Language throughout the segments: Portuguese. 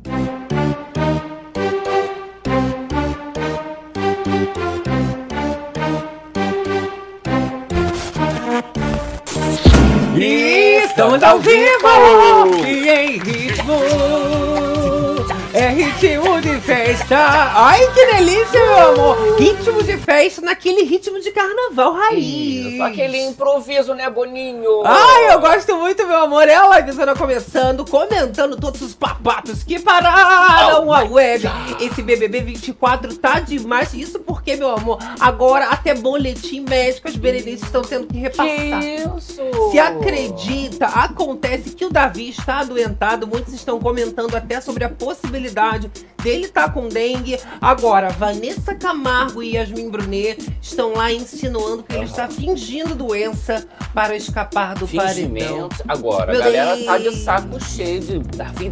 Estamos ao vivo e em ritmo, é ritmo de festa. Ai, que delícia, meu amor. Ritmo de festa naquele ritmo de carnaval raiz. Isso, aquele improviso, né, Boninho? Ai, eu gosto muito, meu amor. Ela, a Visana começando, comentando todos os papatos que pararam a web. Esse BBB 24 tá demais. Isso porque, meu amor, agora até boletim médico as Berenices estão tendo que repassar. Que isso? Se acredita, acontece que o Davi está adoentado. Muitos estão comentando até sobre a possibilidade dele estar com dengue. Agora, Vanessa Camargo e Yasmin Brunet estão lá insinuando que ele está fingindo doença para escapar do paredão. Agora, Meu a galera Deus. tá de saco cheio de Davi.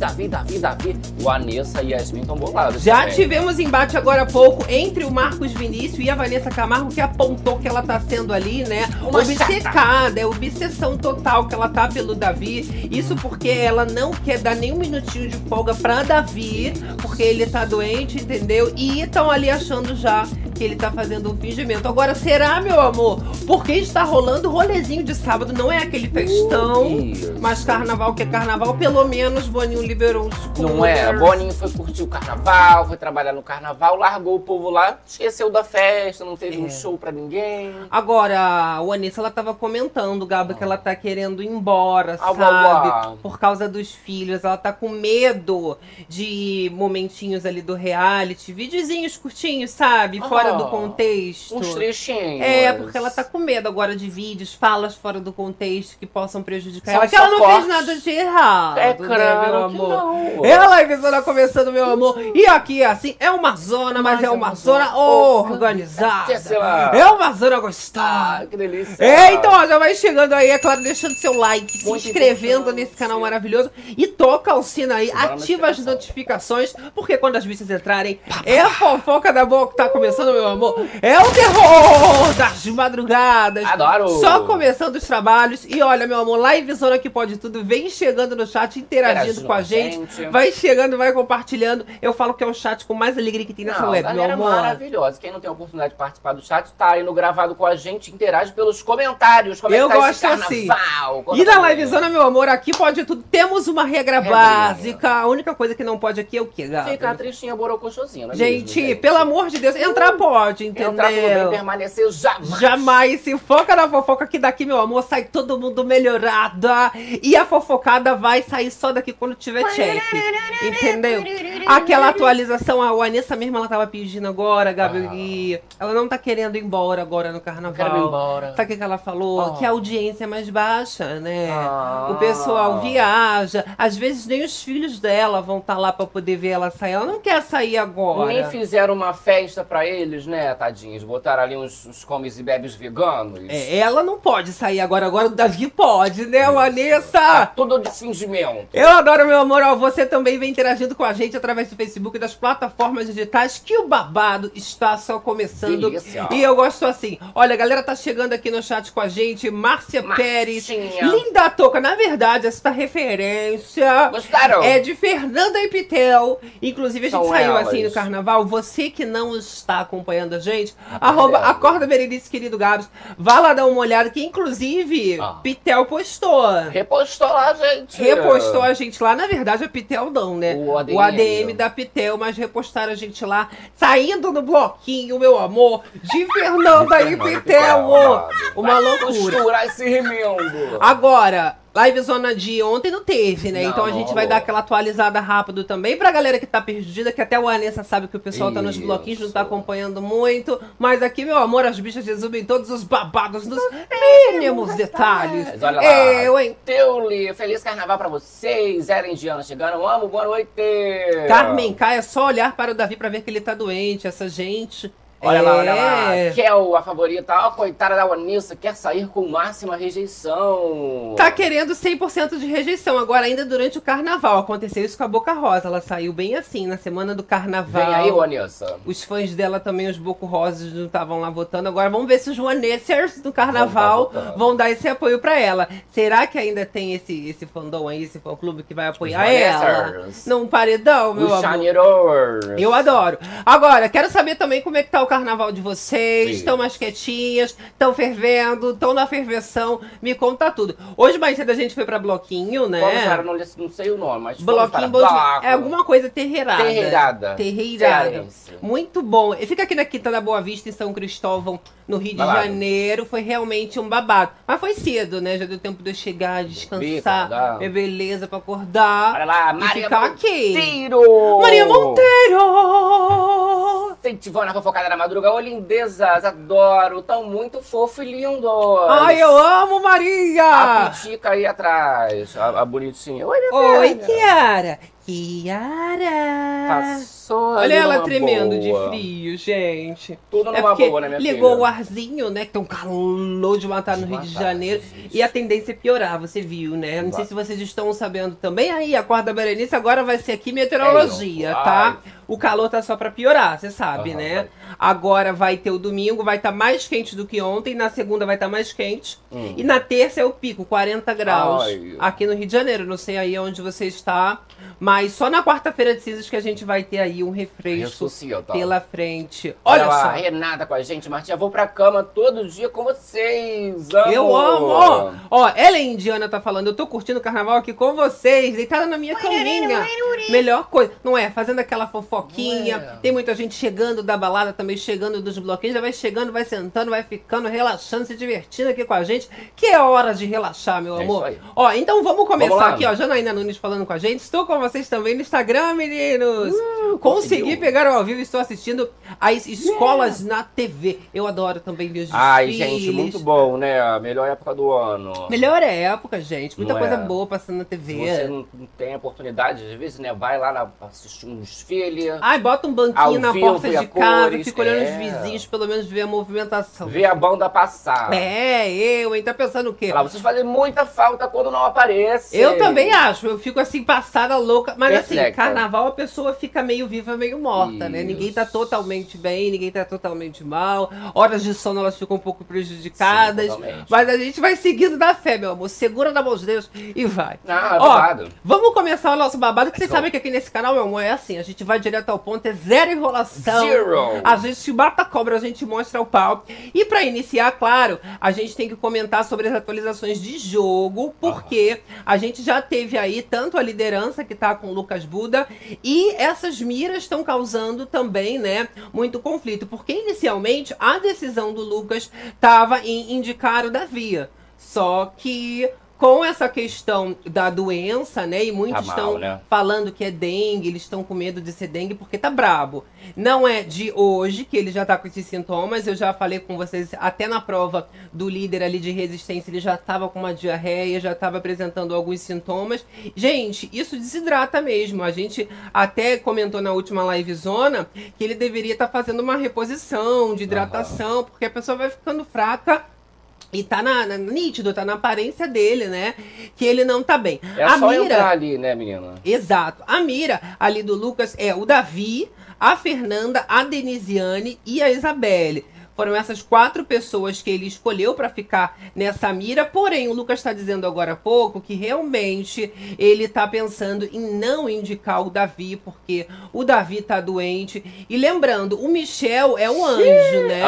O Anessa e Yasmin estão bolados. Já também. tivemos embate agora há pouco entre o Marcos Vinícius e a Vanessa Camargo, que apontou que ela tá sendo ali, né, Uma obcecada, é obsessão total que ela tá pelo Davi. Isso porque ela não quer dar nem um minutinho de folga pra Davi, porque ele tá doente, entendeu? E estão ali achando já que ele tá fazendo um fingimento. Agora, será, meu amor? Porque está rolando o rolezinho de sábado, não é aquele festão, mas carnaval que é carnaval, pelo menos Boninho liberou os Não é? Boninho foi curtir o carnaval, foi trabalhar no carnaval, largou o povo lá, esqueceu da festa, não teve um show pra ninguém. Agora, a Anissa, ela tava comentando, Gabi, que ela tá querendo ir embora, sabe? Por causa dos filhos. Ela tá com medo de momentinhos ali do reality, videozinhos curtinhos, sabe? Fora do contexto. Uns trechinhos. É, porque ela tá com medo agora de vídeos, falas fora do contexto que possam prejudicar São ela. Que ela não cortes. fez nada de errado, É né, claro meu que amor? não. Ela e Visana começando, meu amor. E aqui, assim, é uma zona, mas é uma zona organizada. É uma zona gostosa. Que delícia. É, então, ó, já vai chegando aí, é claro, deixando seu like, se Muito inscrevendo importante. nesse canal maravilhoso e toca o sino aí, Bora ativa as notificação. notificações, porque quando as bichas entrarem, é a fofoca da boa que tá começando, meu amor. É o terror das madrugadas. Adoro. Só começando os trabalhos. E olha, meu amor, Livezona que pode tudo, vem chegando no chat, interagindo com a gente. Vai chegando, vai compartilhando. Eu falo que é o chat com mais alegria que tem nessa web, meu galera amor. maravilhosa. Quem não tem a oportunidade de participar do chat, tá aí no gravado com a gente, interage pelos comentários. Como Eu é que tá gosto esse carnaval? assim. E na Livezona, meu amor, aqui pode tudo. Temos uma regra básica. A única coisa que não pode aqui é o quê, Gabi? Fica a tristinha borocochosinha, Gente, pelo amor de Deus, entrar pode, entendeu? Entrar tudo bem, permanecer jamais. Jamais. Se foca na fofoca que daqui, meu amor, sai todo mundo melhorada. E a fofocada vai sair só daqui quando tiver check. Entendeu? Aquela atualização, a Anessa mesmo, ela tava pedindo agora, Gabi. E ela não tá querendo ir embora agora no carnaval. Quero ir embora. Sabe o que ela falou? Que a audiência é mais baixa, né? O pessoal viaja. Às vezes nem os filhos dela vão estar lá pra poder ver ela sair. Ela não quer sair agora. Nem fizeram uma festa pra eles, né, tadinhos? Botaram ali uns comes e bebes veganos. É, ela não pode sair agora o Davi pode, né, Anessa? Tá tudo de fingimento. Eu adoro, meu amor. Ó, você também vem interagindo com a gente através do Facebook e das plataformas digitais, que o babado está só começando. Delícia. E eu gosto assim. Olha, a galera tá chegando aqui no chat com a gente. Márcia Pérez. Linda Toca. Na verdade, essa referência Gostaram? é de Fernanda Epitel. Inclusive, a gente São saiu elas. assim no carnaval. Você que não está acompanhando a gente, @Acorda Berenice, querido Gabs. Vá lá dar uma olhada, que inclusive Pitel postou. Repostou lá, gente. Repostou a gente lá. Na verdade, a Pitel não, né? O ADM. O ADM da Pitel, mas repostaram a gente lá. Saindo no bloquinho, meu amor, de Fernanda e Pitel. Uma loucura. Costurar esse remendo. Agora, Livezona de ontem não teve, né? Não, então a gente vai dar aquela atualizada rápido também pra galera que tá perdida, que até o Anessa sabe que o pessoal tá nos bloquinhos, não tá acompanhando muito. Mas aqui, meu amor, as bichas resumem todos os babados nos mínimos detalhes. Mas olha lá. Eu, hein? Teuli, feliz carnaval pra vocês. Ellen Diana chegando, amo, boa noite. Carmen K, é só olhar para o Davi pra ver que ele tá doente. Essa gente Olha lá, olha lá. Kel, a favorita. Ó, coitada da Vanessa, quer sair com máxima rejeição. Tá querendo 100% de rejeição. Agora, ainda durante o carnaval. Aconteceu isso com a Boca Rosa. Ela saiu bem assim, na semana do carnaval. Vem aí, Vanessa. Os fãs dela também, os Boco Rosas, não estavam lá votando. Agora, vamos ver se os Vanessers do carnaval vão dar esse apoio pra ela. Será que ainda tem esse fandom aí, esse fã-clube que vai apoiar ela? Num paredão, meu amor. Eu adoro. Agora, quero saber também como é que tá o carnaval de vocês. Estão mais quietinhas? Estão fervendo? Estão na ferveção? Me conta tudo. Hoje mais cedo a gente foi pra Bloquinho, né? Vamos, cara, não sei o nome, mas Bloquinho é alguma coisa terreirada. Muito bom. Fica aqui na Quinta da Boa Vista, em São Cristóvão, no Rio de Janeiro. Foi realmente um babado. Mas foi cedo, né? Já deu tempo de eu chegar, descansar, minha beleza pra acordar. Olha lá, Maria Monteiro! Maria Monteiro! Incentivando a fofocada da madruga. Ô, lindezas, adoro. Tão muito fofo e lindo. Ai, eu amo Maria! A pitica aí atrás, a bonitinha. Oi, Kiara! Passou. Olha ela tremendo de frio, gente. Tudo numa boa, né, minha filha? Ligou o arzinho, né? Que tem um calor de matar no Rio de Janeiro. E a tendência é piorar, você viu, né? Não sei se vocês estão sabendo também. Aí, a Acorda Berenice agora vai ser aqui meteorologia, tá? O calor tá só pra piorar, você sabe, né? Agora vai ter o domingo, vai estar mais quente do que ontem. Na segunda vai estar mais quente. E na terça é o pico, 40 graus. Aqui no Rio de Janeiro. Não sei aí onde você está. Mas só na quarta-feira de cinzas que a gente vai ter aí um refresco pela frente. Olha só. Renata com a gente, Martinha. Vou pra cama todo dia com vocês. Amo. Eu amo. Ó, Ellen Indiana tá falando. Eu tô curtindo o carnaval aqui com vocês. Deitada na minha caminha. Melhor coisa. Não é? Fazendo aquela fofoquinha. Tem muita gente chegando da balada também, chegando dos bloquinhos. Já vai chegando, vai sentando, vai ficando, relaxando, se divertindo aqui com a gente. Que é hora de relaxar, meu amor. Ó, então vamos começar aqui, ó. Janaína Nunes falando com a gente. Estou com vocês também no Instagram, meninos. Consegui pegar ao vivo, estou assistindo as escolas na TV. Eu adoro também ver os desfiles. Ai, gente, muito bom, né? A melhor época do ano. Melhor época, gente. Muita coisa boa passando na TV. Se você não tem a oportunidade, às vezes, né? Vai lá assistir um desfile. Ai, bota um banquinho na porta de casa, fica olhando os vizinhos, pelo menos ver a movimentação. Ver a banda passar. Hein? Tá pensando o quê? Vocês fazem muita falta quando não aparecem. Eu também acho. Eu fico assim, passada, louca. Mas assim, carnaval a pessoa fica meio viva, meio morta, né? Ninguém tá totalmente bem, ninguém tá totalmente mal. Horas de sono elas ficam um pouco prejudicadas. Sim, mas a gente vai seguindo da fé, meu amor. Segura na mão de Deus e vai. Babado. Vamos começar o nosso babado, que vocês sabem que aqui nesse canal, meu amor, é assim. A gente vai direto ao ponto, é zero enrolação. A gente mata a cobra, a gente mostra o pau. E pra iniciar, claro, a gente tem que comentar sobre as atualizações de jogo, porque a gente já teve aí tanto a liderança que tá com o Lucas Buda, e essas miras estão causando também, né, muito conflito, porque inicialmente a decisão do Lucas estava em indicar o Davi, só que com essa questão da doença, né? E muitos estão falando que é dengue, eles estão com medo de ser dengue porque tá brabo. Não é de hoje que ele já tá com esses sintomas. Eu já falei com vocês, até na prova do líder ali de resistência, ele já tava com uma diarreia, já tava apresentando alguns sintomas. Gente, isso desidrata mesmo. A gente até comentou na última livezona que ele deveria estar fazendo uma reposição de hidratação, porque a pessoa vai ficando fraca. E tá nítido, tá na aparência dele, né? Que ele não tá bem. A só Mira, entrar ali, né, menina? Exato. A mira ali do Lucas é o Davi, a Fernanda, a Denisiane e a Isabelle. Foram essas 4 pessoas que ele escolheu para ficar nessa mira. Porém, o Lucas está dizendo agora há pouco que realmente ele está pensando em não indicar o Davi, porque o Davi tá doente. E lembrando, o Michel é o anjo, né?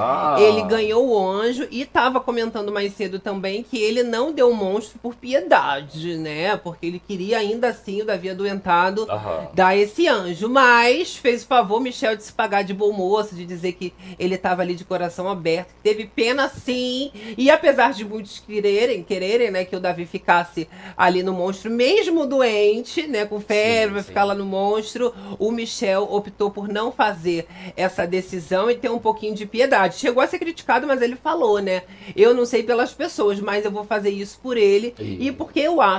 Ele ganhou o anjo e estava comentando mais cedo também que ele não deu o monstro por piedade, né? Porque ele queria ainda assim, o Davi adoentado, dar esse anjo. Mas fez o favor, Michel, de se pagar de bom moço, de dizer que ele estava ali de coração aberto, teve pena sim, e apesar de muitos quererem, né, que o Davi ficasse ali no monstro, mesmo doente, né, com febre, vai ficar lá no monstro, o Michel optou por não fazer essa decisão e ter um pouquinho de piedade. Chegou a ser criticado, mas ele falou, né, eu não sei pelas pessoas, mas eu vou fazer isso por ele e porque eu acho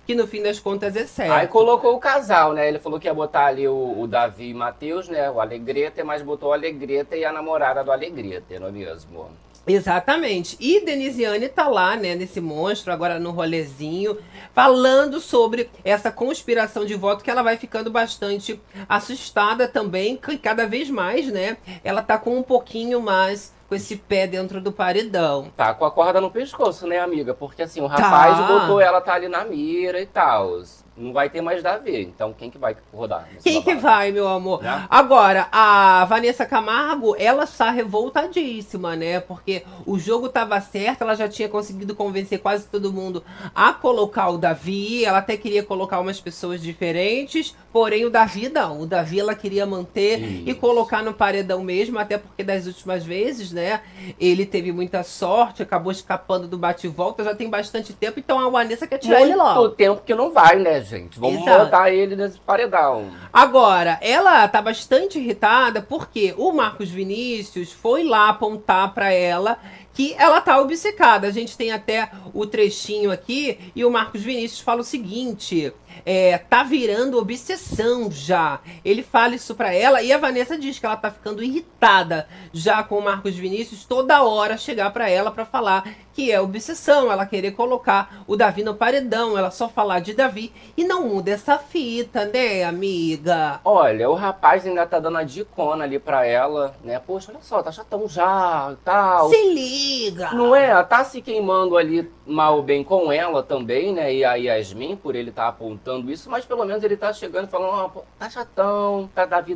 que no fim das contas é certo. Aí colocou o casal, né? Ele falou que ia botar ali o Davi e Matheus, né? O Alegrete, mas botou o Alegrete e a namorada do Alegrete, não é mesmo? Exatamente. E Denisiane tá lá, né, nesse monstro, agora no rolezinho, falando sobre essa conspiração de voto, que ela vai ficando bastante assustada também, que cada vez mais, né, ela tá com um pouquinho mais com esse pé dentro do paredão. Tá com a corda no pescoço, né, amiga? Porque assim, o rapaz botou ela, tá ali na mira e tal. Não vai ter mais Davi. Então, quem que vai rodar? Quem que vai, meu amor? Né? Agora, a Vanessa Camargo, ela está revoltadíssima, né? Porque o jogo estava certo, ela já tinha conseguido convencer quase todo mundo a colocar o Davi. Ela até queria colocar umas pessoas diferentes, porém o Davi não. O Davi ela queria manter e colocar no paredão mesmo, até porque das últimas vezes, né? Ele teve muita sorte, acabou escapando do bate-volta, já tem bastante tempo, então a Vanessa quer tirar ele logo. Muito tempo que não vai, né, gente? Vamos botar ele nesse paredão. Agora, ela tá bastante irritada porque o Marcos Vinícius foi lá apontar pra ela que ela tá obcecada. A gente tem até o trechinho aqui e o Marcos Vinícius fala o seguinte: tá virando obsessão já. Ele fala isso pra ela e a Vanessa diz que ela tá ficando irritada já com o Marcos Vinícius toda hora chegar pra ela pra falar que é obsessão, ela querer colocar o Davi no paredão, ela só falar de Davi e não muda essa fita, né, amiga? Olha, o rapaz ainda tá dando a dicona ali pra ela, né? Poxa, olha só, tá chatão já, tal. Se liga! Não é? Tá se queimando ali mal ou bem com ela também, né? E a Yasmin, por ele tá apontando isso, mas pelo menos ele tá chegando e falando, ó, tá chatão, tá Davi,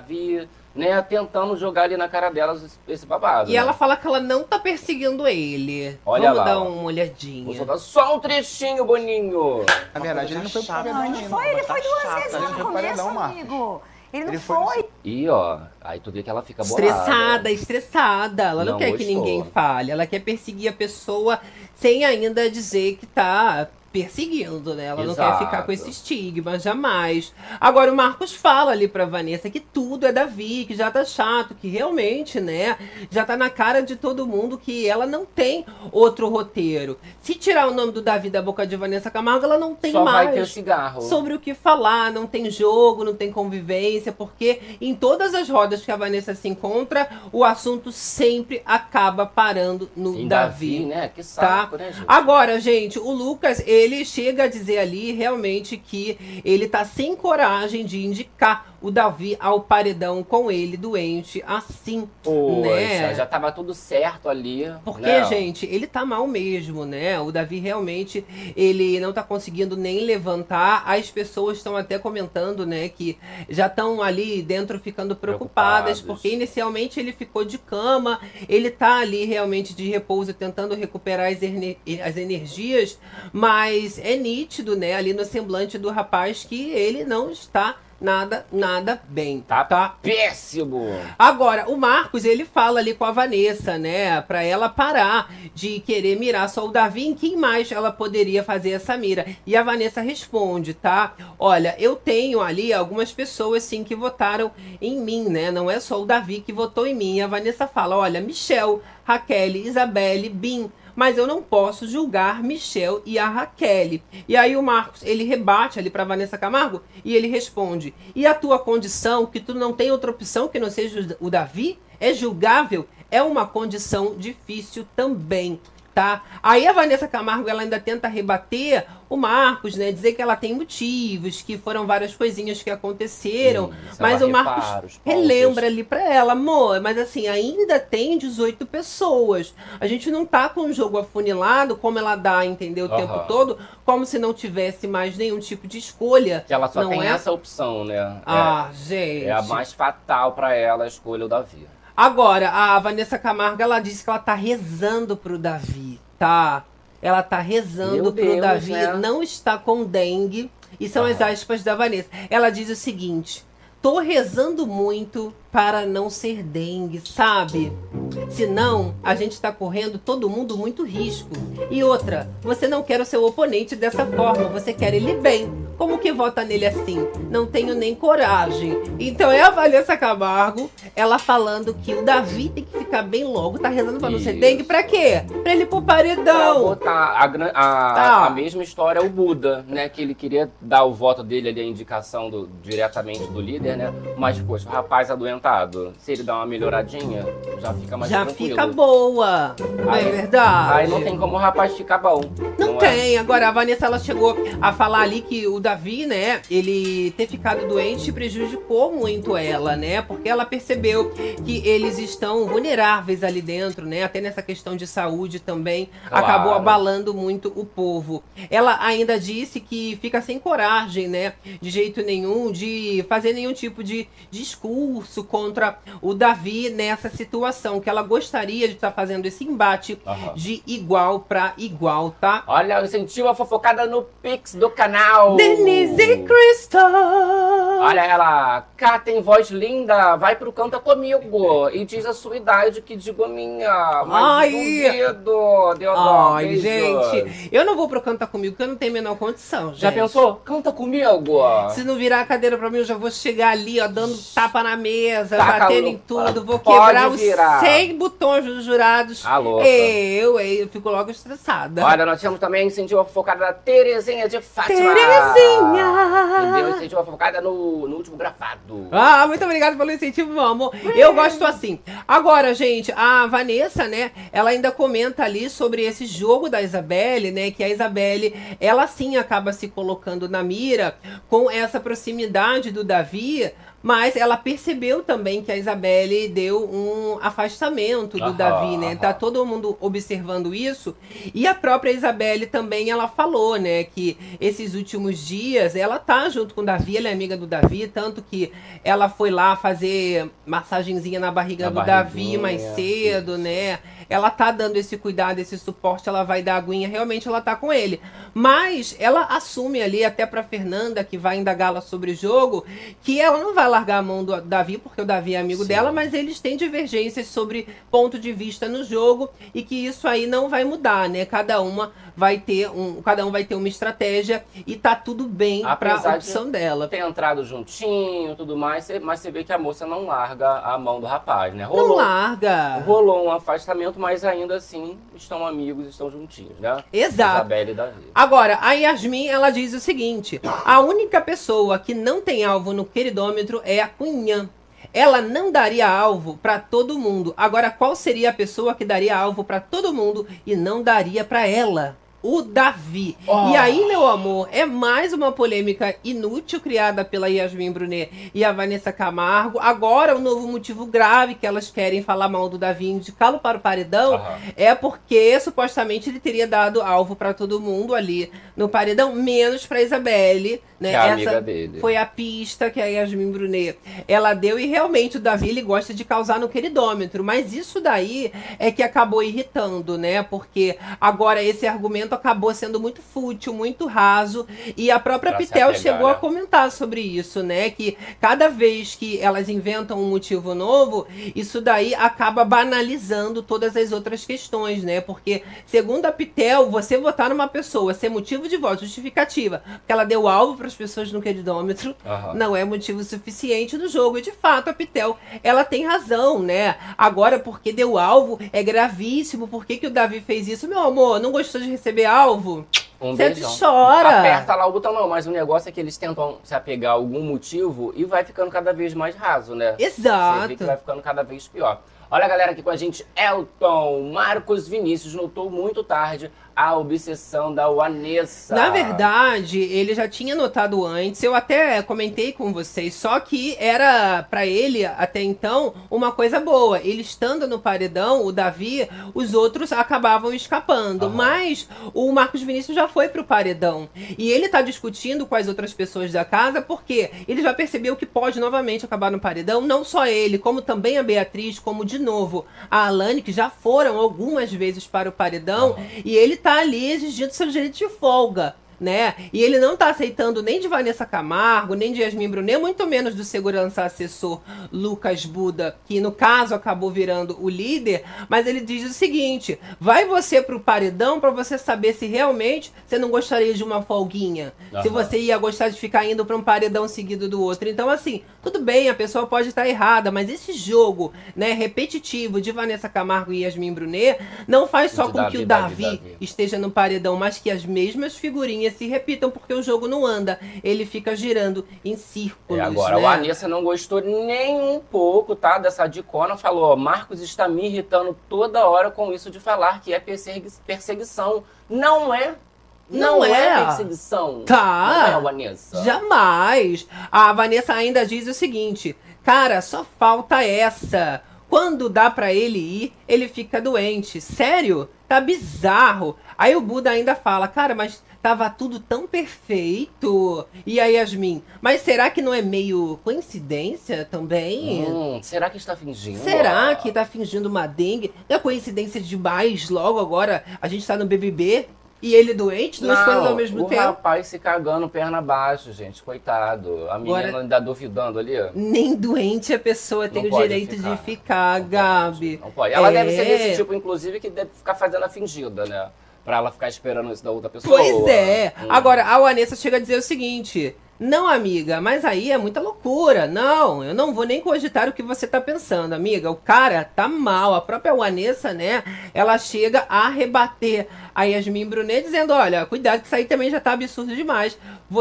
né, tentando jogar ali na cara delas esse babado. E né? Ela fala que ela não tá perseguindo ele. Olha Vamos lá, dar uma olhadinha. Vou soltar só um trechinho, Boninho. Na verdade, ele não foi pro paredão. Não, ele foi duas vezes no começo, amigo. Ele não foi. E ó, aí tu vê que ela fica bolada. Estressada. Ela não quer que ninguém fale. Ela quer perseguir a pessoa sem ainda dizer que tá perseguindo, né? Ela não quer ficar com esse estigma, jamais. Agora, o Marcos fala ali pra Vanessa que tudo é Davi, que já tá chato, que realmente, né? Já tá na cara de todo mundo que ela não tem outro roteiro. Se tirar o nome do Davi da boca de Vanessa Camargo, ela não tem Só mais vai ter cigarro. sobre o que falar, não tem jogo, não tem convivência, porque em todas as rodas que a Vanessa se encontra, o assunto sempre acaba parando no Davi, né? Que saco, né, gente? Agora, gente, o Lucas, ele chega a dizer ali realmente que ele tá sem coragem de indicar o Davi ao paredão com ele doente assim, Poxa, né? Já tava tudo certo ali. Porque, né? gente, ele tá mal mesmo, né? O Davi realmente, ele não tá conseguindo nem levantar. As pessoas estão até comentando, né, que já estão ali dentro ficando preocupadas, porque inicialmente ele ficou de cama, ele tá ali realmente de repouso, tentando recuperar as energias, mas é nítido, né, ali no semblante do rapaz que ele não está nada bem. Tá péssimo. Agora, o Marcos, ele fala ali com a Vanessa, né? Pra ela parar de querer mirar só o Davi. Em quem mais ela poderia fazer essa mira? E a Vanessa responde, tá? Olha, eu tenho ali algumas pessoas, sim, que votaram em mim, né? Não é só o Davi que votou em mim. E a Vanessa fala, olha, Michel, Raquel, Isabelle, Bim, mas eu não posso julgar Michel e a Raquel. E aí o Marcos, ele rebate ali pra Vanessa Camargo e ele responde, e a tua condição, que tu não tem outra opção que não seja o Davi, é julgável? É uma condição difícil também, tá? Aí a Vanessa Camargo, ela ainda tenta rebater o Marcos, né? Dizer que ela tem motivos, que foram várias coisinhas que aconteceram. Mas o Marcos relembra ali pra ela, amor, mas assim, ainda tem 18 pessoas. A gente não tá com o jogo afunilado, como ela dá, entendeu? O tempo todo, como se não tivesse mais nenhum tipo de escolha. Que ela só tem essa opção, né? Gente. É a mais fatal pra ela, a escolha o Davi. Agora, a Vanessa Camargo, ela disse que ela tá rezando pro Davi, tá? Ela tá rezando pro Davi, né? Não está com dengue. E são as aspas da Vanessa. Ela diz o seguinte, tô rezando muito para não ser dengue, sabe? Senão, a gente tá correndo todo mundo muito risco. E outra, você não quer o seu oponente dessa forma, você quer ele bem. Como que vota nele assim? Não tenho nem coragem. Então é a Vanessa Camargo, ela falando que o Davi tem que ficar bem logo, tá rezando pra não ser dengue. Pra quê? Pra ele ir pro paredão. Botar a mesma história o Buda, né? Que ele queria dar o voto dele ali, a indicação diretamente do líder, né? Mas, poxa, o rapaz adoentado, se ele dá uma melhoradinha, já fica mais tranquilo. Já fica boa, não é verdade? Aí não tem como o rapaz ficar bom. Não tem. Agora, a Vanessa, ela chegou a falar ali que o Davi, né, ele ter ficado doente prejudicou muito ela, né? Porque ela percebeu que eles estão vulneráveis ali dentro, né? Até nessa questão de saúde também, claro, acabou abalando muito o povo. Ela ainda disse que fica sem coragem, né, de jeito nenhum, de fazer nenhum tipo de discurso contra o Davi nessa situação, que ela gostaria de estar fazendo esse embate de igual para igual, tá? Olha, incentivo a fofocada no Pix do canal. Denise Crystal. Olha ela, Cá tem voz linda, vai pro Canta Comigo e diz a sua idade que digo a minha, mas duvido, Deodoro. Ai, gente, eu não vou pro Canta Comigo, porque eu não tenho a menor condição, gente. Já pensou? Canta comigo. Se não virar a cadeira pra mim, eu já vou chegar ali, ó, dando tapa na mesa, Taca batendo em tudo, vou quebrar os 100 botões dos jurados. Ah, louca. Eu fico logo estressada. Olha, nós temos também incentivo a fofocada da Terezinha de Fátima. Terezinha! Deu incentivo a fofocada no último gravado. Ah, muito obrigada pelo incentivo, meu amor. Eu gosto assim. Agora, gente, a Vanessa, né, ela ainda comenta ali sobre esse jogo da Isabelle, né, que a Isabelle, ela sim acaba se colocando na mira com essa proximidade do Davi, mas ela percebeu também que a Isabelle deu um afastamento do Davi, né? Tá todo mundo observando isso. E a própria Isabelle também, ela falou, né? Que esses últimos dias, ela tá junto com o Davi, ela é amiga do Davi, tanto que ela foi lá fazer massagenzinha na barriga do Davi mais cedo, né? Ela tá dando esse cuidado, esse suporte, ela vai dar aguinha, realmente ela tá com ele. Mas ela assume ali, até pra Fernanda, que vai indagá-la sobre o jogo, que ela não vai largar a mão do Davi, porque o Davi é amigo dela, mas eles têm divergências sobre ponto de vista no jogo e que isso aí não vai mudar, né? Cada um vai ter uma estratégia e tá tudo bem pra opção dela. Tem entrado juntinho e tudo mais, mas você vê que a moça não larga a mão do rapaz, né? Não larga. Rolou um afastamento, mas ainda assim estão amigos, estão juntinhos, né? Exato. Isabelle e Davi. Agora, a Yasmin, ela diz o seguinte: a única pessoa que não tem alvo no queridômetro é a Cunhã. Ela não daria alvo para todo mundo. Agora, qual seria a pessoa que daria alvo para todo mundo e não daria para ela? O Davi. E aí, meu amor, é mais uma polêmica inútil criada pela Yasmin Brunet e a Vanessa Camargo. Agora, o novo motivo grave que elas querem falar mal do Davi e indicá-lo para o paredão é porque, supostamente, ele teria dado alvo para todo mundo ali no paredão, menos para Isabelle, né? Que é a amiga dele. Foi a pista que a Yasmin Brunet ela deu, e realmente o Davi, ele gosta de causar no queridômetro, mas isso daí é que acabou irritando, né? Porque agora esse argumento acabou sendo muito fútil, muito raso, e a própria Pitel chegou a comentar sobre isso, né? Que cada vez que elas inventam um motivo novo, isso daí acaba banalizando todas as outras questões, né? Porque, segundo a Pitel, você votar numa pessoa ser motivo de voto, justificativa, porque ela deu alvo para as pessoas no queridômetro, não é motivo suficiente no jogo. E, de fato, a Pitel, ela tem razão, né? Agora, porque deu alvo, é gravíssimo. Por que o Davi fez isso? Meu amor, não gostou de receber alvo? Você chora. Aperta lá o botão, não. Mas o negócio é que eles tentam se apegar a algum motivo e vai ficando cada vez mais raso, né? Exato. Você vê que vai ficando cada vez pior. Olha, galera, aqui com a gente, Elton Marcos Vinícius notou muito tarde a obsessão da Vanessa. Na verdade, ele já tinha notado antes, eu até comentei com vocês, só que era pra ele, até então, uma coisa boa. Ele estando no paredão, o Davi, os outros acabavam escapando. Mas o Marcos Vinícius já foi pro paredão. E ele tá discutindo com as outras pessoas da casa, porque ele já percebeu que pode novamente acabar no paredão. Não só ele, como também a Beatriz, como de novo a Alane, que já foram algumas vezes para o paredão. E ele tá ali exigindo seu direito de folga. né? E ele não tá aceitando nem de Vanessa Camargo, nem de Yasmin Brunet, muito menos do segurança assessor Lucas Buda, que no caso acabou virando o líder, mas ele diz o seguinte: vai você pro paredão pra você saber se realmente você não gostaria de uma folguinha, se você ia gostar de ficar indo pra um paredão seguido do outro. Então, assim, tudo bem, a pessoa pode estar errada, mas esse jogo, né, repetitivo de Vanessa Camargo e Yasmin Brunet não faz só com que o Davi esteja no paredão, mas que as mesmas figurinhas se repitam, porque o jogo não anda, ele fica girando em círculos. Agora, né? O Vanessa não gostou nem um pouco, tá, dessa dicona, falou, ó, Marcos está me irritando toda hora com isso de falar que é perseguição. Não é. Não é perseguição. Tá. Não é, Vanessa. Jamais. A Vanessa ainda diz o seguinte: cara, só falta essa. Quando dá pra ele ir, ele fica doente. Sério? Tá bizarro. Aí o Buda ainda fala, cara, mas tava tudo tão perfeito. E a Yasmin, mas será que não é meio coincidência também? Será que está fingindo? Será que tá fingindo uma dengue? Não é coincidência demais logo agora a gente tá no BBB? E ele doente? Duas coisas ao mesmo tempo? O rapaz se cagando perna abaixo, gente. Coitado. A menina Agora, ainda duvidando ali. Nem doente a pessoa tem o direito de ficar, não Gabi. Não pode. Ela deve ser desse tipo, inclusive, que deve ficar fazendo a fingida, né? Pra ela ficar esperando isso da outra pessoa. Pois é. Agora, a Vanessa chega a dizer o seguinte: não, amiga, mas aí é muita loucura. Não, eu não vou nem cogitar o que você tá pensando, amiga. O cara tá mal. A própria Vanessa, né? Ela chega a rebater a Yasmin Brunet dizendo, olha, cuidado que isso aí também já tá absurdo demais.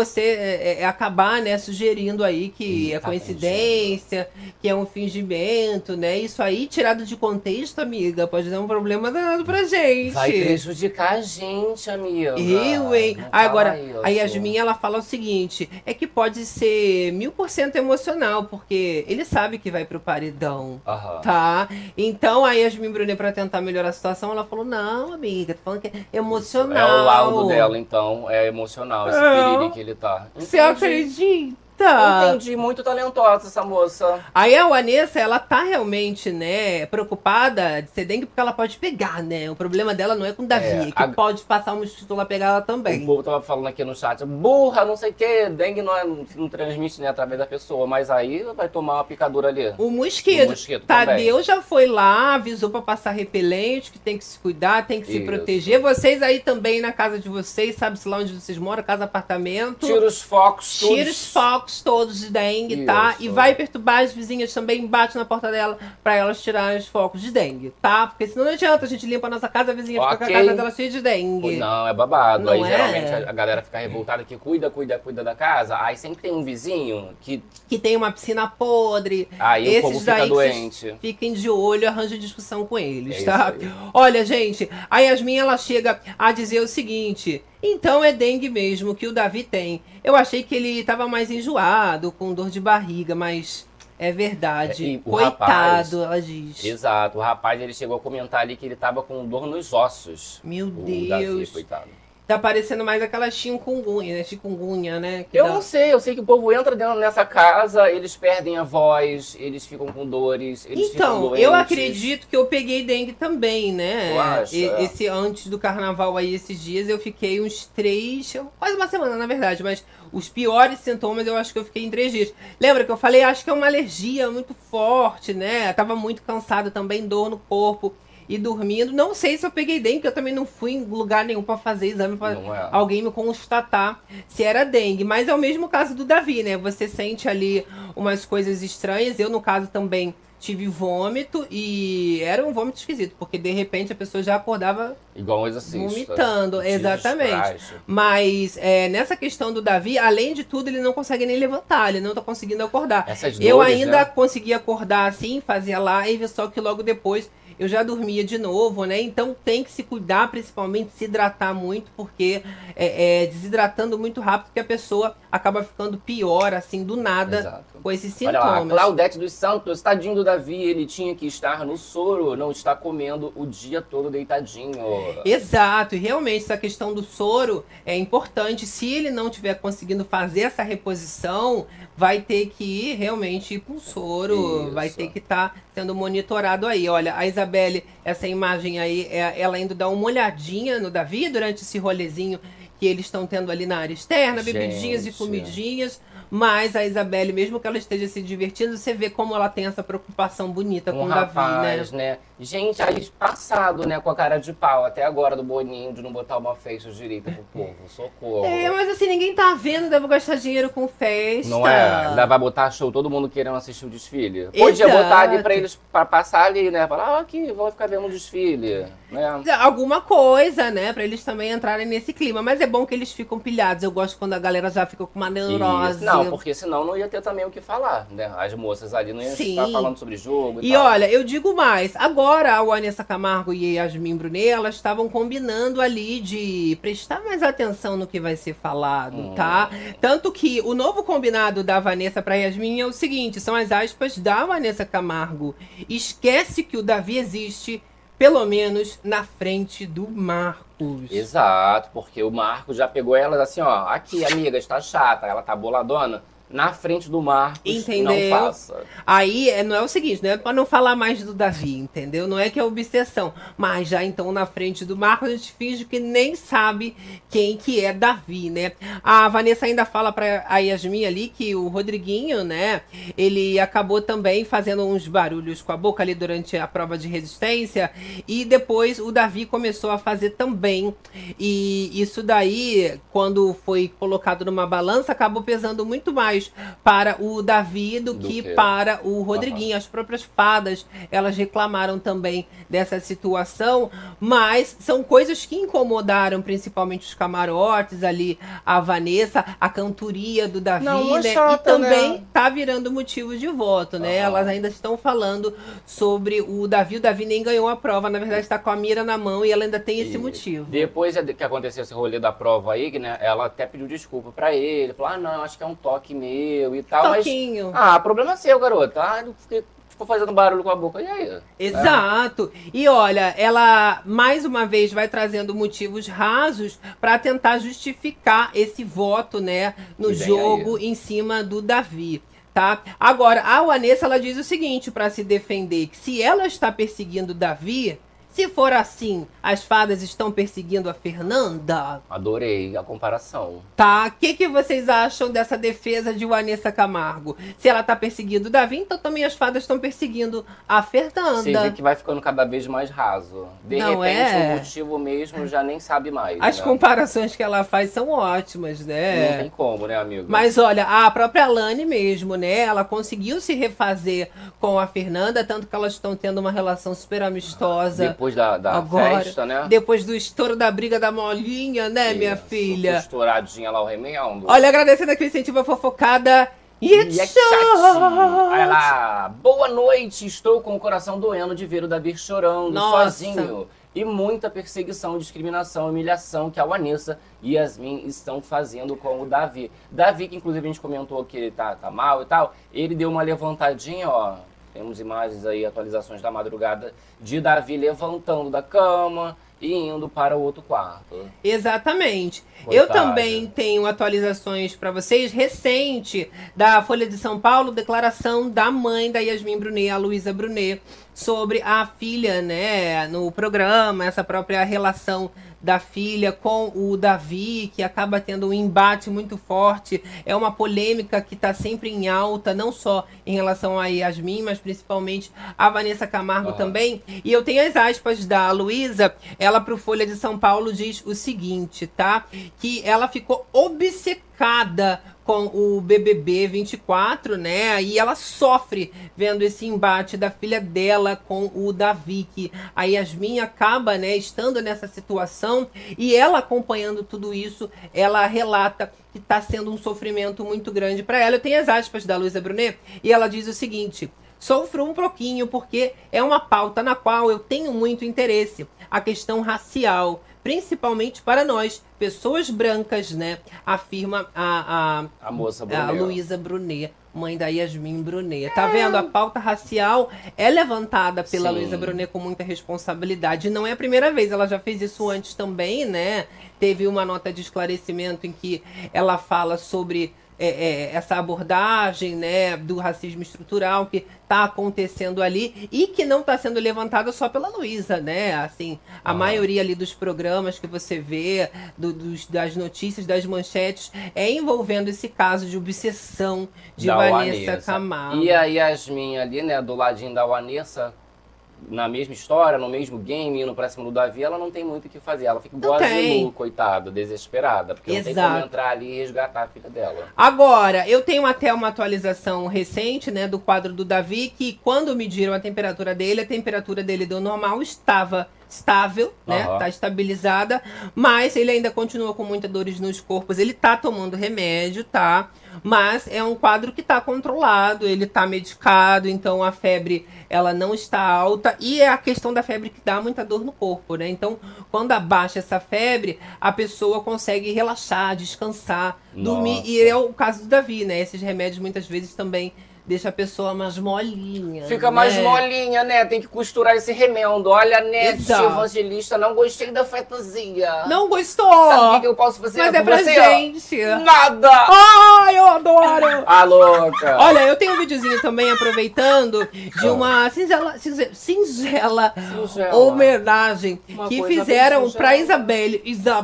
Você acabar, né, sugerindo aí que é coincidência, que é um fingimento, né? Isso aí, tirado de contexto, amiga, pode dar um problema danado pra gente. Vai prejudicar a gente, amiga. Eu, hein? Agora, a Yasmin, ela fala o seguinte, é que pode ser 1000% emocional, porque ele sabe que vai pro paredão, tá? Então, a Yasmin Brunet, pra tentar melhorar a situação, ela falou, não, amiga, tô falando que é emocional. É o laudo dela, então, é emocional, esse perigo que ele tá. Você acredita? Entendi, muito talentosa essa moça. Aí a Vanessa, ela tá realmente, né, preocupada de ser dengue porque ela pode pegar, né? O problema dela não é com o Davi, que pode passar um mosquito lá pegar ela também. O povo tava falando aqui no chat, burra, não sei o que, dengue não transmite, né, através da pessoa, mas aí vai tomar uma picadura ali. O mosquito Tadeu também já foi lá, avisou pra passar repelente, que tem que se cuidar, tem que se proteger. Vocês aí também na casa de vocês, sabe-se lá onde vocês moram, casa, apartamento. Tira os focos todos. Tira os focos todos de dengue, tá? E vai perturbar as vizinhas também, bate na porta dela pra elas tirarem os focos de dengue, tá? Porque senão não adianta, a gente limpa a nossa casa, a vizinha fica com a casa dela cheia de dengue. Não, é babado. Não aí geralmente a galera fica revoltada que cuida da casa, aí sempre tem um vizinho que tem uma piscina podre. Aí o povo fica doente. Fiquem de olho, arranjem discussão com eles, tá? Olha, gente, a Yasmin, ela chega a dizer o seguinte: então é dengue mesmo que o Davi tem. Eu achei que ele estava mais enjoado, com dor de barriga, mas é verdade. Coitado, rapaz, ela diz. Exato. O rapaz, ele chegou a comentar ali que ele estava com dor nos ossos. Meu Deus. Davi, coitado. Tá parecendo mais aquela chikungunya, né? Não sei, eu sei que o povo entra dentro dessa casa, eles perdem a voz, eles ficam com dores, eles ficam doentes. Eu acredito que eu peguei dengue também, né? Tu acha? Antes do carnaval aí, esses dias, eu fiquei uns 3, quase uma semana, na verdade, mas os piores sintomas eu acho que eu fiquei em 3 dias. Lembra que eu falei, acho que é uma alergia muito forte, né? Eu tava muito cansada também, dor no corpo. E dormindo, não sei se eu peguei dengue, porque eu também não fui em lugar nenhum pra fazer exame pra alguém me constatar se era dengue. Mas é o mesmo caso do Davi, né? Você sente ali umas coisas estranhas. Eu, no caso, também tive vômito e era um vômito esquisito, porque de repente a pessoa já acordava igual um exorcista, vomitando. Exatamente. Mas nessa questão do Davi, além de tudo, ele não consegue nem levantar, ele não tá conseguindo acordar. Eu ainda conseguia acordar assim, fazia live, só que logo depois eu já dormia de novo, né? Então tem que se cuidar, principalmente se hidratar muito, porque desidratando muito rápido que a pessoa acaba ficando pior, assim, do nada, com esses sintomas. Olha lá, Claudete dos Santos, tadinho do Davi, ele tinha que estar no soro, não está comendo o dia todo deitadinho. Exato, e realmente essa questão do soro é importante. Se ele não estiver conseguindo fazer essa reposição, vai ter que ir realmente com soro, vai ter que estar sendo monitorado aí. Olha, a Isabelle, essa imagem aí, ela indo dar uma olhadinha no Davi durante esse rolezinho que eles estão tendo ali na área externa, bebidinhas e comidinhas. Mas a Isabelle, mesmo que ela esteja se divertindo, você vê como ela tem essa preocupação bonita com o Davi, né? Gente, aí passado, né, com a cara de pau até agora do Boninho de não botar uma festa direita pro povo. Socorro. Mas assim, ninguém tá vendo, deve gastar dinheiro com festa. Não é? Ainda vai botar show, todo mundo querendo assistir o desfile. Podia botar ali pra eles, pra passar ali, né? Falar, aqui, vão ficar vendo o desfile, né? Alguma coisa, né? Pra eles também entrarem nesse clima. Mas é bom que eles ficam pilhados. Eu gosto quando a galera já fica com uma neurose. Isso. Não, porque senão não ia ter também o que falar, né? As moças ali não iam estar falando sobre jogo e tal. Olha, eu digo mais. Agora, a Vanessa Camargo e a Yasmin Brunet, elas estavam combinando ali de prestar mais atenção no que vai ser falado, tá? Tanto que o novo combinado da Vanessa pra Yasmin é o seguinte, são as aspas da Vanessa Camargo. Esquece que o Davi existe, pelo menos na frente do Marcos. Exato, porque o Marcos já pegou ela assim, ó, aqui, amiga, está chata, ela tá boladona. Na frente do Marcos, entendeu? Não faça. Aí, não é o seguinte, não é pra não falar mais do Davi, entendeu? Não é que é obsessão. Mas já então, na frente do Marcos, a gente finge que nem sabe quem que é Davi, né? A Vanessa ainda fala pra a Yasmin ali que o Rodriguinho, né? Ele acabou também fazendo uns barulhos com a boca ali durante a prova de resistência. E depois o Davi começou a fazer também. E isso daí, quando foi colocado numa balança, acabou pesando muito mais para o Davi do que para o Rodriguinho. As próprias fadas, elas reclamaram também dessa situação, mas são coisas que incomodaram principalmente os camarotes ali, a Vanessa, a cantoria do Davi, né? Chata, e também tá virando motivo de voto, né? Elas ainda estão falando sobre o Davi. O Davi nem ganhou a prova, na verdade está com a mira na mão e ela ainda tem esse motivo. Depois que aconteceu esse rolê da prova aí, né? Ela até pediu desculpa para ele, falou, não, acho que é um toque meu e tal, Toquinho. Mas problema é seu, garota. Ficou fazendo barulho com a boca, e aí? Exato. E olha, ela mais uma vez vai trazendo motivos rasos para tentar justificar esse voto, né, no jogo em cima do Davi. Tá? Agora, a Vanessa, ela diz o seguinte para se defender, que se ela está perseguindo o Davi, se for assim, as fadas estão perseguindo a Fernanda? Adorei a comparação. Tá, o que vocês acham dessa defesa de Vanessa Camargo? Se ela tá perseguindo o Davi, então também as fadas estão perseguindo a Fernanda. Você vê que vai ficando cada vez mais raso. De repente, o motivo mesmo já nem sabe mais. As comparações que ela faz são ótimas, né? Não tem como, né, amigo? Mas olha, a própria Alane mesmo, né? Ela conseguiu se refazer com a Fernanda, tanto que elas estão tendo uma relação super amistosa. Depois da festa, né? Depois do estouro da briga da Molinha, né, minha filha? Estouradinha lá o remendo. Olha, agradecendo aqui o incentivo à fofocada. Olha lá, boa noite, estou com o coração doendo de ver o Davi chorando sozinho. E muita perseguição, discriminação, humilhação que a Vanessa e Yasmin estão fazendo com o Davi. Davi, que inclusive a gente comentou que ele tá mal e tal, ele deu uma levantadinha, ó. Temos imagens aí, atualizações da madrugada de Davi levantando da cama e indo para o outro quarto. Exatamente. Eu também tenho atualizações para vocês recente da Folha de São Paulo, declaração da mãe da Yasmin Brunet, a Luísa Brunet, sobre a filha, né, no programa, essa própria relação da filha com o Davi, que acaba tendo um embate muito forte. É uma polêmica que está sempre em alta, não só em relação a Yasmin, mas principalmente a Vanessa Camargo também. E eu tenho as aspas da Luísa, ela pro Folha de São Paulo diz o seguinte, tá? Que ela ficou obcecada com o BBB 24, né? E ela sofre vendo esse embate da filha dela com o Davi, que a Yasmin acaba, né, estando nessa situação e ela acompanhando tudo isso, ela relata que está sendo um sofrimento muito grande para ela. Eu tenho as aspas da Luísa Brunet e ela diz o seguinte: sofro um pouquinho porque é uma pauta na qual eu tenho muito interesse, a questão racial, principalmente para nós, pessoas brancas, né? Afirma a moça Brunet. A Luísa Brunet, mãe da Yasmin Brunet. Tá vendo? A pauta racial é levantada pela Luísa Brunet com muita responsabilidade. Não é a primeira vez, ela já fez isso antes também, né? Teve uma nota de esclarecimento em que ela fala sobre essa abordagem, né, do racismo estrutural que está acontecendo ali e que não está sendo levantada só pela Luísa, né? Assim, a maioria ali dos programas que você vê, das notícias, das manchetes, é envolvendo esse caso de obsessão de Vanessa Camargo. E a Yasmin ali, né, do ladinho da Vanessa, na mesma história, no mesmo game, indo pra cima do Davi, ela não tem muito o que fazer. Ela fica igual a Zilu, coitada, desesperada. Porque não tem como entrar ali e resgatar a filha dela. Agora, eu tenho até uma atualização recente, né, do quadro do Davi, que quando mediram a temperatura dele deu normal, estava estável, né? Tá estabilizada, mas ele ainda continua com muitas dores nos corpos. Ele tá tomando remédio, tá? Mas é um quadro que tá controlado, ele tá medicado, então a febre, ela não está alta. E é a questão da febre que dá muita dor no corpo, né? Então, quando abaixa essa febre, a pessoa consegue relaxar, descansar, dormir. E é o caso do Davi, né? Esses remédios muitas vezes também deixa a pessoa mais molinha. Fica mais molinha, né? Tem que costurar esse remendo. Olha, Nete, Evangelista, não gostei da fetosia. Não gostou? Sabe o que eu posso fazer? Mas é pra gente. Nada! Ai, eu adoro! Ah, louca! Olha, eu tenho um videozinho também, aproveitando, de uma singela homenagem que fizeram pra Isabelle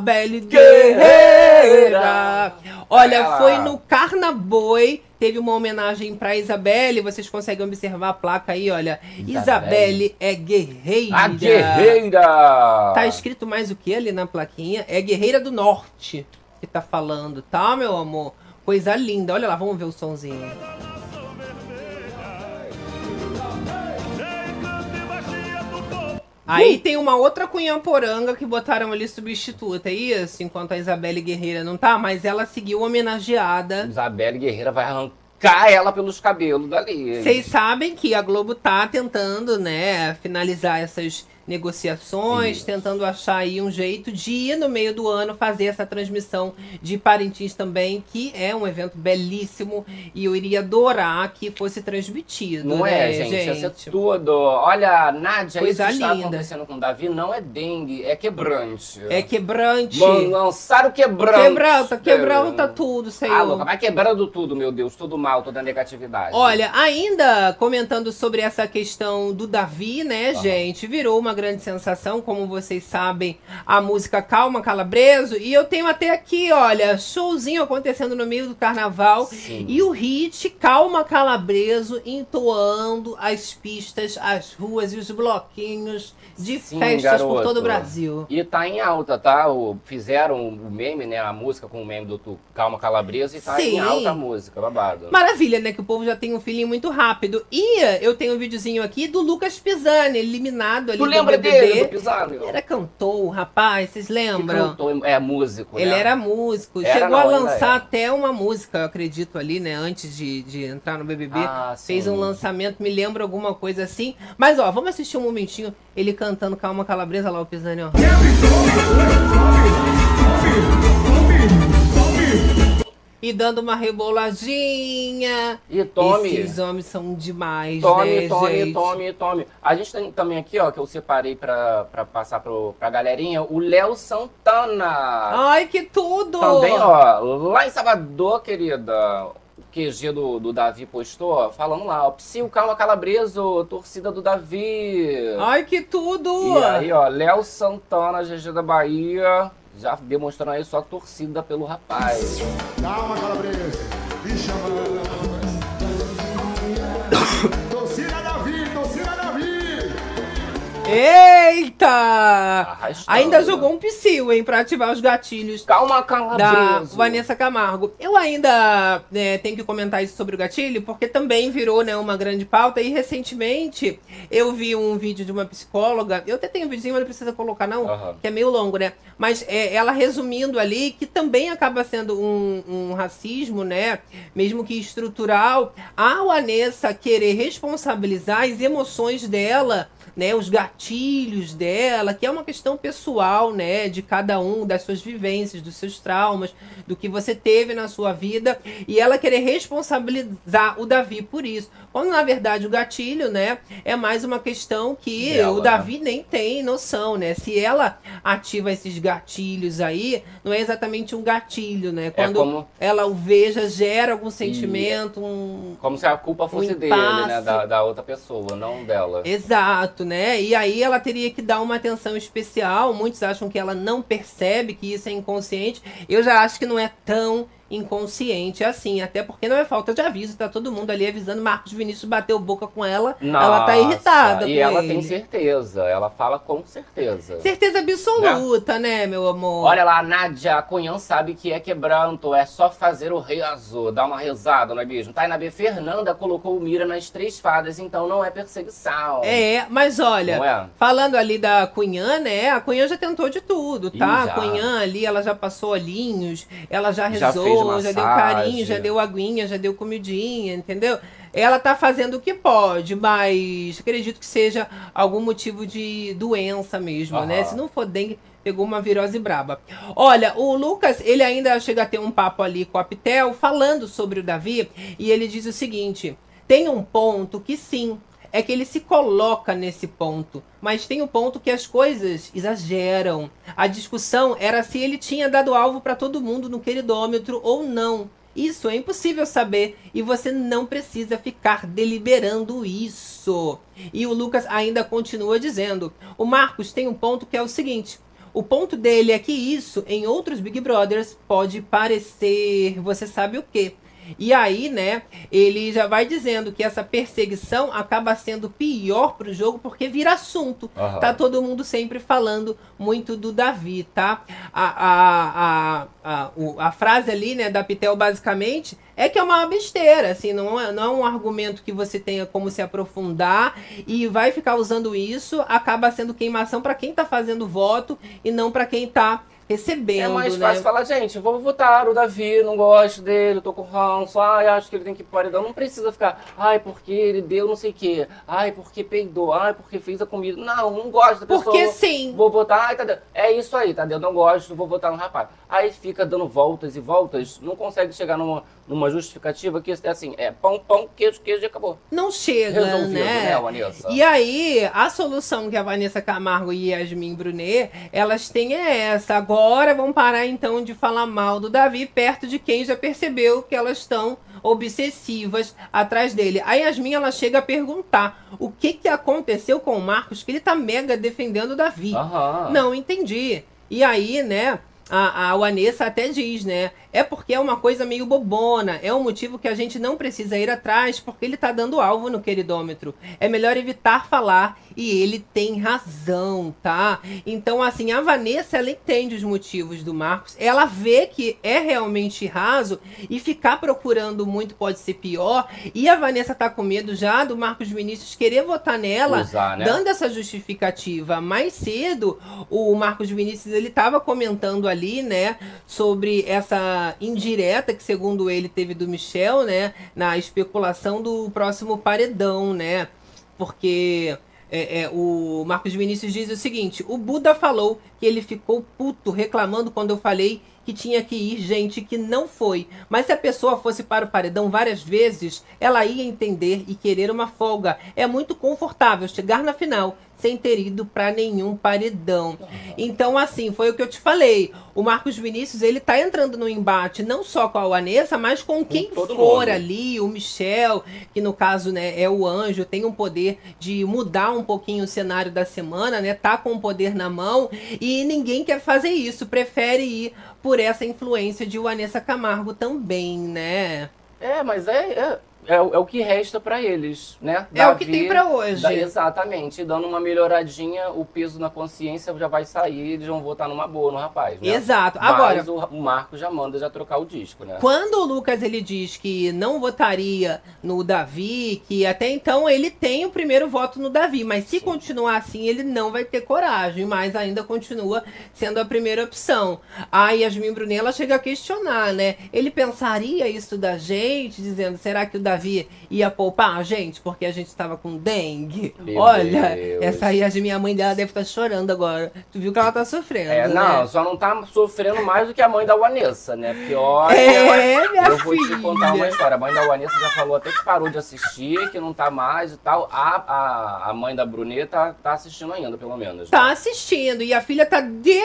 Guerreira. Olha, foi no Carnaboi. Teve uma homenagem pra Isabelle, vocês conseguem observar a placa aí, olha. Isabelle é guerreira. A guerreira! Tá escrito mais o que ali na plaquinha? É Guerreira do Norte que tá falando, tá, meu amor? Coisa linda. Olha lá, vamos ver o sonzinho. Aí tem uma outra cunhamporanga que botaram ali substituta, é isso? Enquanto a Isabelle Guerreira não tá, mas ela seguiu homenageada. Isabelle Guerreira vai arrancar ela pelos cabelos dali. Vocês sabem que a Globo tá tentando, né, finalizar essas negociações, tentando achar aí um jeito de ir no meio do ano fazer essa transmissão de Parintins também, que é um evento belíssimo e eu iria adorar que fosse transmitido. Não né, é, gente? Isso é tudo. Olha, Nádia, coisa isso que linda. está acontecendo com o Davi não é dengue, é quebrante. É quebrante. Lançaram quebrante. Quebranta tudo, Senhor. Ah, louca, vai quebrando tudo, meu Deus, tudo mal, toda negatividade. Olha, ainda comentando sobre essa questão do Davi, né, gente, virou uma grande sensação, como vocês sabem, a música Calma Calabreso, e eu tenho até aqui, olha, showzinho acontecendo no meio do carnaval. Sim. E o hit Calma Calabreso entoando as pistas, as ruas e os bloquinhos de festas por todo o Brasil. E tá em alta, tá? Fizeram o meme, né, a música com o meme do Calma Calabreso, e tá em alta a música, babado. Maravilha, né, que o povo já tem um feeling muito rápido. E eu tenho um videozinho aqui do Lucas Pisani, eliminado ali. Tu lembra dele, do Pisani? Ele era cantor, rapaz, vocês lembram? Cantor, é músico, né? Ele era músico, chegou a lançar até uma música, eu acredito ali, né, antes de entrar no BBB. Fez um lançamento, me lembra alguma coisa assim. Mas, ó, vamos assistir um momentinho, ele cantando Calma Calabresa, lá o Pisani, ó. E dando uma reboladinha. E tome. Esses homens são demais, tome, né, tome, gente? Tome. A gente tem também aqui, ó, que eu separei pra passar pra galerinha, o Léo Santana. Ai, que tudo! Também, ó, lá em Salvador, querida, o QG do Davi postou, ó, falando lá, ó, Psyu, Calma Calabreso, torcida do Davi. Ai, que tudo! E aí, ó, Léo Santana, GG da Bahia, já demonstrando aí sua torcida pelo rapaz. Calma, Calabreso. Me chamando. Torcida Davi, torcida Davi. Eita! Arrastando. Ainda jogou um Psyu, hein, pra ativar os gatilhos. Calma, Da Calabreso. Vanessa Camargo. Eu ainda tenho que comentar isso sobre o gatilho, porque também virou, né, uma grande pauta. E recentemente eu vi um vídeo de uma psicóloga. Eu até tenho um videozinho, mas não precisa colocar, não, que é meio longo, né? Mas ela resumindo ali, que também acaba sendo um racismo, né? Mesmo que estrutural, a Vanessa querer responsabilizar as emoções dela, né, os gatilhos dela dela, que é uma questão pessoal, né, de cada um, das suas vivências, dos seus traumas, do que você teve na sua vida, e ela querer responsabilizar o Davi por isso. Quando, na verdade, o gatilho, né, é mais uma questão que dela, o Davi nem tem noção, né? Se ela ativa esses gatilhos aí, não é exatamente um gatilho, né? Quando ela o veja, gera algum sentimento, como se a culpa fosse dele, né? Da outra pessoa, não dela. Exato, né? E aí ela teria que dar uma atenção especial. Muitos acham que ela não percebe que isso é inconsciente. Eu já acho que não é tão inconsciente assim, até porque não é falta de aviso, tá todo mundo ali avisando. Marcos Vinícius bateu boca com ela, ela tá irritada e com ela ele. tem certeza, ela fala com certeza. Certeza absoluta, né, meu amor? Olha lá, Nádia, a Cunhã sabe que é quebranto, é só fazer o rezo, dar uma rezada, não é mesmo? Tainá B. Fernanda colocou o Mira nas 3 fadas, então não é perseguição. Mas olha, não é? Falando ali da Cunhã, né, a Cunhã já tentou de tudo, tá? Já. A Cunhã ali, ela já passou olhinhos, ela já rezou, já deu carinho, já deu aguinha, já deu comidinha, entendeu? Ela tá fazendo o que pode, mas acredito que seja algum motivo de doença mesmo, né? Se não for dengue, pegou uma virose braba. Olha, o Lucas, ele ainda chega a ter um papo ali com a Pitel, falando sobre o Davi, e ele diz o seguinte: tem um ponto que sim, é que ele se coloca nesse ponto, mas tem um ponto que as coisas exageram. A discussão era se ele tinha dado alvo para todo mundo no queridômetro ou não. Isso é impossível saber e você não precisa ficar deliberando isso. E o Lucas ainda continua dizendo: o Marcos tem um ponto que é o seguinte: o ponto dele é que isso em outros Big Brothers pode parecer, você sabe o quê? E aí, né, ele já vai dizendo que essa perseguição acaba sendo pior pro jogo porque vira assunto. Tá todo mundo sempre falando muito do Davi, tá? A frase ali, né, da Pitel basicamente é que é uma besteira, assim, não é um argumento que você tenha como se aprofundar e vai ficar usando isso, acaba sendo queimação para quem tá fazendo voto e não para quem tá recebendo, é mais fácil falar, gente, vou votar o Davi, não gosto dele, tô com ranço, acho que ele tem que ir pro paredão. Não precisa ficar, porque ele deu não sei o quê, porque peidou, porque fez a comida. Não gosto da pessoa. Porque sim. Vou votar, Tadeu. É isso aí, Tadeu, não gosto, vou votar no rapaz. Aí fica dando voltas e voltas, não consegue chegar numa justificativa que é assim, pão, queijo e acabou. Não chega, resolvido, né, Vanessa? E aí, a solução que a Vanessa Camargo e Yasmin Brunet, elas têm essa. Agora vão parar então de falar mal do Davi perto de quem já percebeu que elas estão obsessivas atrás dele. A Yasmin, ela chega a perguntar o que aconteceu com o Marcos, que ele tá mega defendendo o Davi. Não entendi. E aí, né, a Vanessa até diz, né, é porque é uma coisa meio bobona, é um motivo que a gente não precisa ir atrás, porque ele tá dando alvo no queridômetro. É melhor evitar falar, e ele tem razão, tá? Então, assim, a Vanessa, ela entende os motivos do Marcos, ela vê que é realmente raso, e ficar procurando muito pode ser pior, e a Vanessa tá com medo já do Marcos Vinícius querer votar nela, né? Dando essa justificativa. Mais cedo, o Marcos Vinícius, ele tava comentando ali, né, sobre essa indireta que, segundo ele, teve do Michel, né, na especulação do próximo paredão, né, porque o Marcos Vinícius diz o seguinte: o Buda falou que ele ficou puto reclamando quando eu falei que tinha que ir gente que não foi, mas se a pessoa fosse para o paredão várias vezes, ela ia entender e querer uma folga. É muito confortável chegar na final sem ter ido para nenhum paredão. Então, assim, foi o que eu te falei. O Marcos Vinícius, ele tá entrando no embate não só com a Vanessa, mas com quem for ali, o Michel, que no caso, né, é o anjo, tem um poder de mudar um pouquinho o cenário da semana, né, tá com o poder na mão, e ninguém quer fazer isso, prefere ir por essa influência de Vanessa Camargo também, né? Mas é o que resta pra eles, né? É o que tem pra hoje. Exatamente. Dando uma melhoradinha, o peso na consciência já vai sair, eles vão votar numa boa no rapaz, né? Exato. Mas agora, o Marco já manda trocar o disco, né? Quando o Lucas, ele diz que não votaria no Davi, que até então ele tem o primeiro voto no Davi, mas se continuar assim, ele não vai ter coragem, mas ainda continua sendo a primeira opção. A Yasmin Brunet, ela chega a questionar, né? Ele pensaria isso da gente, dizendo, será que o Davi Davi ia poupar a gente porque a gente tava com dengue. Meu Olha, Deus. essa aí, a mãe dela deve estar chorando agora. Tu viu que ela tá sofrendo, Não, né? só não tá sofrendo mais do que a mãe da Vanessa, né? Porque, olha, Minha eu vou te filha. contar uma história. A mãe da Vanessa já falou até que parou de assistir, que não tá mais e tal. A mãe da Bruneta tá assistindo ainda, pelo menos. Tá assistindo e a filha tá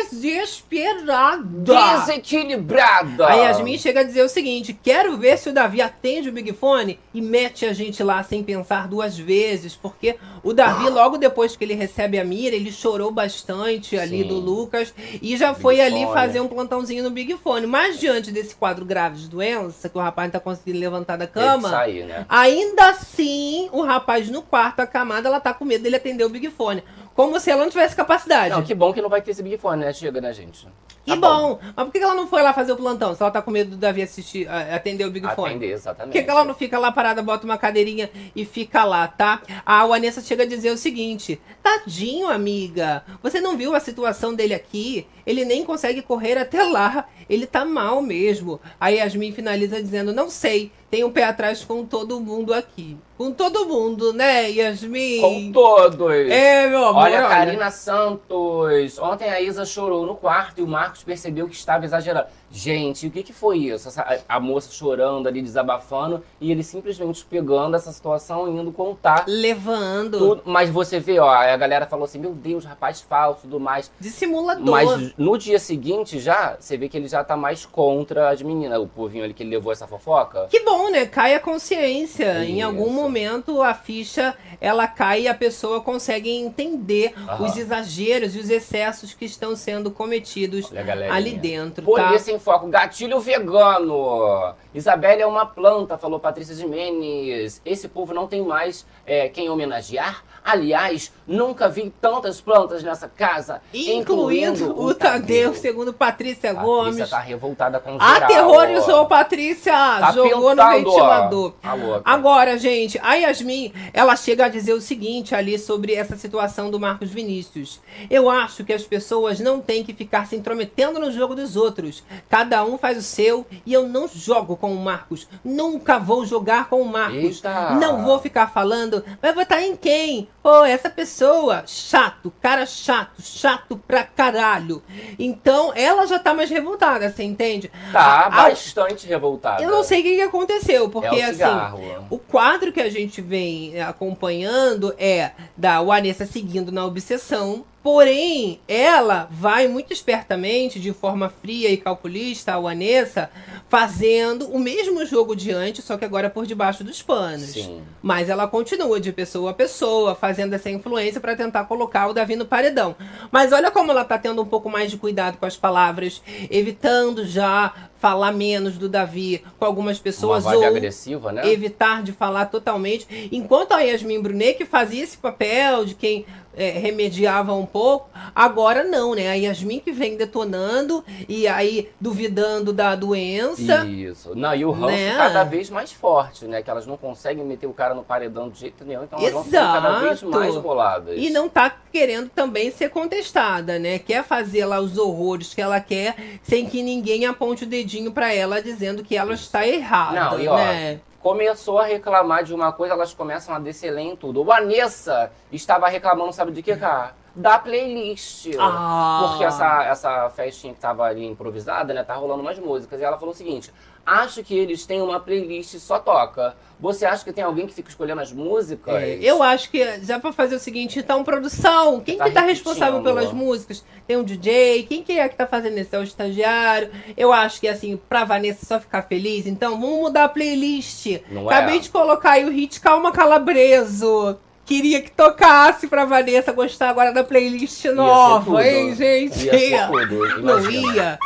desesperada. Desequilibrada! A Yasmin chega a dizer o seguinte: quero ver se o Davi atende o Big Fone e mete a gente lá sem pensar duas vezes, porque o Davi, logo depois que ele recebe a Mira, ele chorou bastante ali Sim. do Lucas e já foi ali Fone. fazer um plantãozinho no Big Fone. Mas diante desse quadro grave de doença, que o rapaz não tá conseguindo levantar da Tem que cama, sair, né? ainda assim, o rapaz no quarto, acamado, ela tá com medo dele atender o Big Fone. Como se ela não tivesse capacidade. Não, que bom que não vai ter esse Big Fone, né? Chega, né, gente? Que bom. Mas por que ela não foi lá fazer o plantão? Se ela tá com medo do Davi atender o Big Fone. Atender, Por exatamente. que ela não fica lá parada, bota uma cadeirinha e fica lá, tá? A Vanessa chega a dizer o seguinte: tadinho, amiga. Você não viu a situação dele aqui? Ele nem consegue correr até lá. Ele tá mal mesmo. A Yasmin finaliza dizendo: não sei. Tem um pé atrás com todo mundo aqui. Com todo mundo, né, Yasmin? Com todos! É, meu amor. Olha, Karina Santos. Ontem a Isa chorou no quarto e o Marcos percebeu que estava exagerando. Gente, o que foi isso? A moça chorando ali, desabafando, e ele simplesmente pegando essa situação e indo contar. Levando. Tudo. Mas você vê, ó, a galera falou assim, meu Deus, rapaz falso, tudo mais. Dissimulador. Mas no dia seguinte já, você vê que ele já tá mais contra as meninas. O povinho ali que ele levou essa fofoca. Que bom, né? Cai a consciência. Em Isso. algum momento a ficha, ela cai e a pessoa consegue entender os exageros e os excessos que estão sendo cometidos Olha, galerinha. ali dentro, Polícia tá? em Foco, gatilho vegano. Isabelle é uma planta, falou Patrícia Jimenez. Esse povo não tem mais quem homenagear. Aliás, nunca vi tantas plantas nessa casa, Incluindo o Tadeu, segundo Patrícia Gomes. Patrícia tá revoltada com geral. Aterrorizou Patrícia, Tá jogou no pintando, ó. ventilador. Tá louca. Agora, gente, a Yasmin, ela chega a dizer o seguinte ali sobre essa situação do Marcos Vinícius. Eu acho que as pessoas não têm que ficar se intrometendo no jogo dos outros. Cada um faz o seu e eu não jogo com o Marcos. Nunca vou jogar com o Marcos. Eita. Não vou ficar falando, vai votar em quem? Pô, essa pessoa, chato, cara chato, chato pra caralho. Então, ela já tá mais revoltada, você entende? Tá bastante revoltada. Eu não sei o que aconteceu, porque É o cigarro. assim, o quadro que a gente vem acompanhando é da Vanessa seguindo na obsessão, porém, ela vai muito espertamente, de forma fria e calculista, a Vanessa, fazendo o mesmo jogo de antes, só que agora por debaixo dos panos. Sim. Mas ela continua de pessoa a pessoa, fazendo essa influência para tentar colocar o Davi no paredão. Mas olha como ela tá tendo um pouco mais de cuidado com as palavras, evitando já falar menos do Davi com algumas pessoas, Uma vibe ou agressiva, né? evitar de falar totalmente. Enquanto a Yasmin Brunet, que fazia esse papel de quem remediava um pouco, agora não, né? A Yasmin que vem detonando e aí duvidando da doença. Isso. Não, e o ranço Né? cada vez mais forte, né? Que elas não conseguem meter o cara no paredão de jeito nenhum, então elas vão ficando cada vez Exato. mais boladas. E não tá querendo também ser contestada, né? Quer fazer lá os horrores que ela quer, sem que ninguém aponte o dedinho pra ela dizendo que ela está errada, Não, e ó, né? começou a reclamar de uma coisa, elas começam a descer em tudo. O Vanessa estava reclamando, sabe de quê, cara? Da playlist. Porque essa festinha que tava ali improvisada, né? Tá rolando umas músicas. E ela falou o seguinte: acho que eles têm uma playlist e só toca. Você acha que tem alguém que fica escolhendo as músicas? Eu acho que já pra fazer o seguinte, então, produção, quem que tá responsável repetindo. pelas músicas? Tem um DJ, quem que é que tá fazendo isso? É o estagiário? Eu acho que, assim, pra Vanessa só ficar feliz, então vamos mudar a playlist. Não Acabei é? de colocar aí o hit Calma Calabreso. Queria que tocasse pra Vanessa gostar agora da playlist nova, tudo. hein, gente? Ia ser tudo, Não imagina. ia?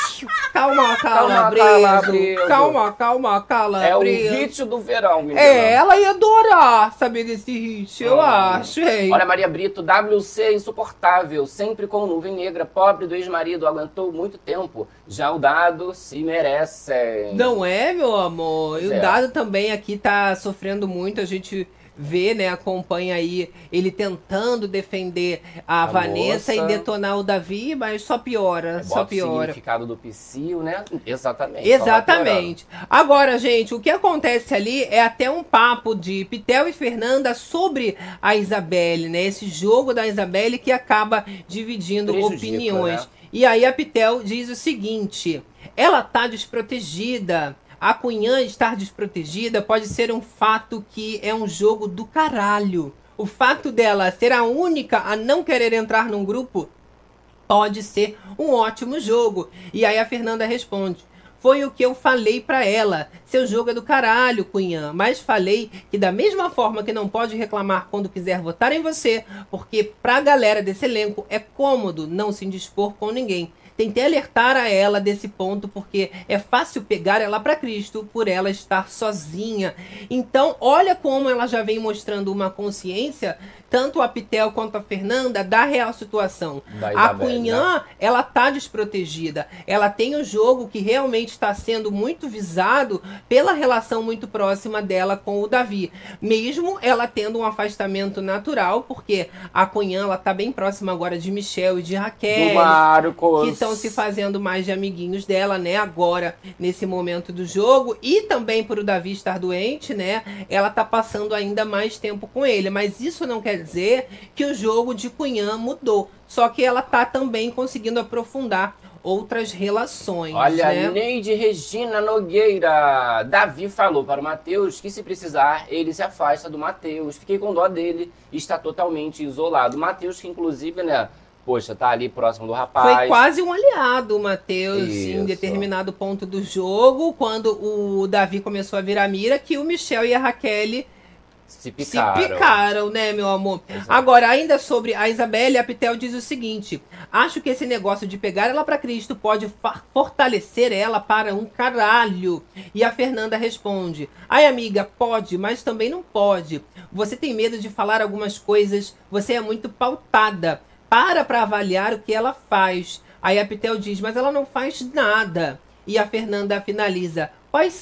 Calma, Calabreso. Calma, É o Calabreso. hit do verão, menina. Ela ia adorar saber desse hit, eu acho, hein? Olha, Maria Brito, WC insuportável, sempre com nuvem negra, pobre do ex-marido, aguentou muito tempo. Já o Dado se merece. Não é, meu amor? E Pois o é. Dado também aqui tá sofrendo muito, a gente vê, né, acompanha aí ele tentando defender a Vanessa moça. e detonar o Davi, mas só piora, só Bota o piora. significado do psi vazio, né? Exatamente. Exatamente. Agora, gente, o que acontece ali é até um papo de Pitel e Fernanda sobre a Isabelle, né? Esse jogo da Isabelle que acaba dividindo opiniões. Né? E aí a Pitel diz o seguinte: ela tá desprotegida. A Cunhã estar desprotegida pode ser um fato que é um jogo do caralho. O fato dela ser a única a não querer entrar num grupo pode ser um ótimo jogo. E aí a Fernanda responde: foi o que eu falei pra ela. Seu jogo é do caralho, Cunhã. Mas falei que da mesma forma que não pode reclamar quando quiser votar em você, porque pra galera desse elenco é cômodo não se indispor com ninguém. Tentei alertar a ela desse ponto porque é fácil pegar ela para Cristo por ela estar sozinha. Então, olha como ela já vem mostrando uma consciência, tanto a Pitel quanto a Fernanda, da real situação. A Cunhã, né? Ela tá desprotegida. Ela tem um jogo que realmente está sendo muito visado pela relação muito próxima dela com o Davi. Mesmo ela tendo um afastamento natural, porque a Cunhã, ela tá bem próxima agora de Michel e de Raquel, que estão se fazendo mais de amiguinhos dela, né? Agora, nesse momento do jogo. E também por o Davi estar doente, né? Ela tá passando ainda mais tempo com ele. Mas isso não quer dizer que o jogo de Cunhã mudou. Só que ela tá também conseguindo aprofundar outras relações. Olha, né? Neide Regina Nogueira. Davi falou para o Matheus que se precisar, ele se afasta do Matheus. Fiquei com dó dele, está totalmente isolado. Matheus, que inclusive, né, poxa, tá ali próximo do rapaz. Foi quase um aliado, o Matheus, em determinado ponto do jogo, quando o Davi começou a virar mira, que o Michel e a Raquel se picaram, né, meu amor? Exato. Agora, ainda sobre a Isabelle, a Pitel diz o seguinte: acho que esse negócio de pegar ela pra Cristo pode fortalecer ela para um caralho. E a Fernanda responde: ai, amiga, pode, mas também não pode. Você tem medo de falar algumas coisas, você é muito pautada. Para avaliar o que ela faz. Aí a Pitel diz: mas ela não faz nada. E a Fernanda finaliza: quais